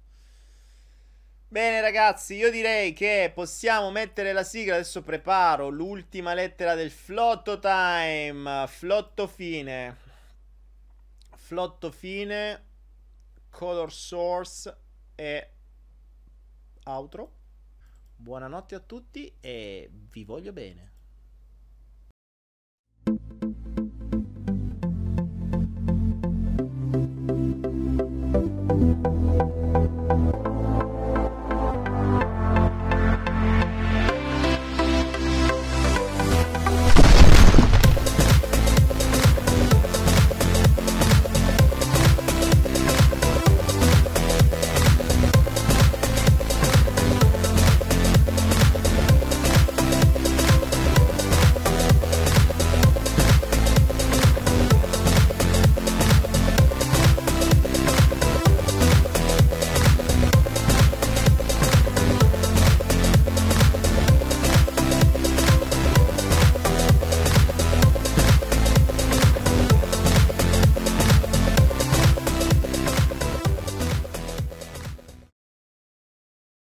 Bene ragazzi, io direi che possiamo mettere la sigla. Adesso preparo l'ultima lettera del Flotto Time. Flotto fine. Flotto fine. Color source e outro. Buonanotte a tutti e vi voglio bene.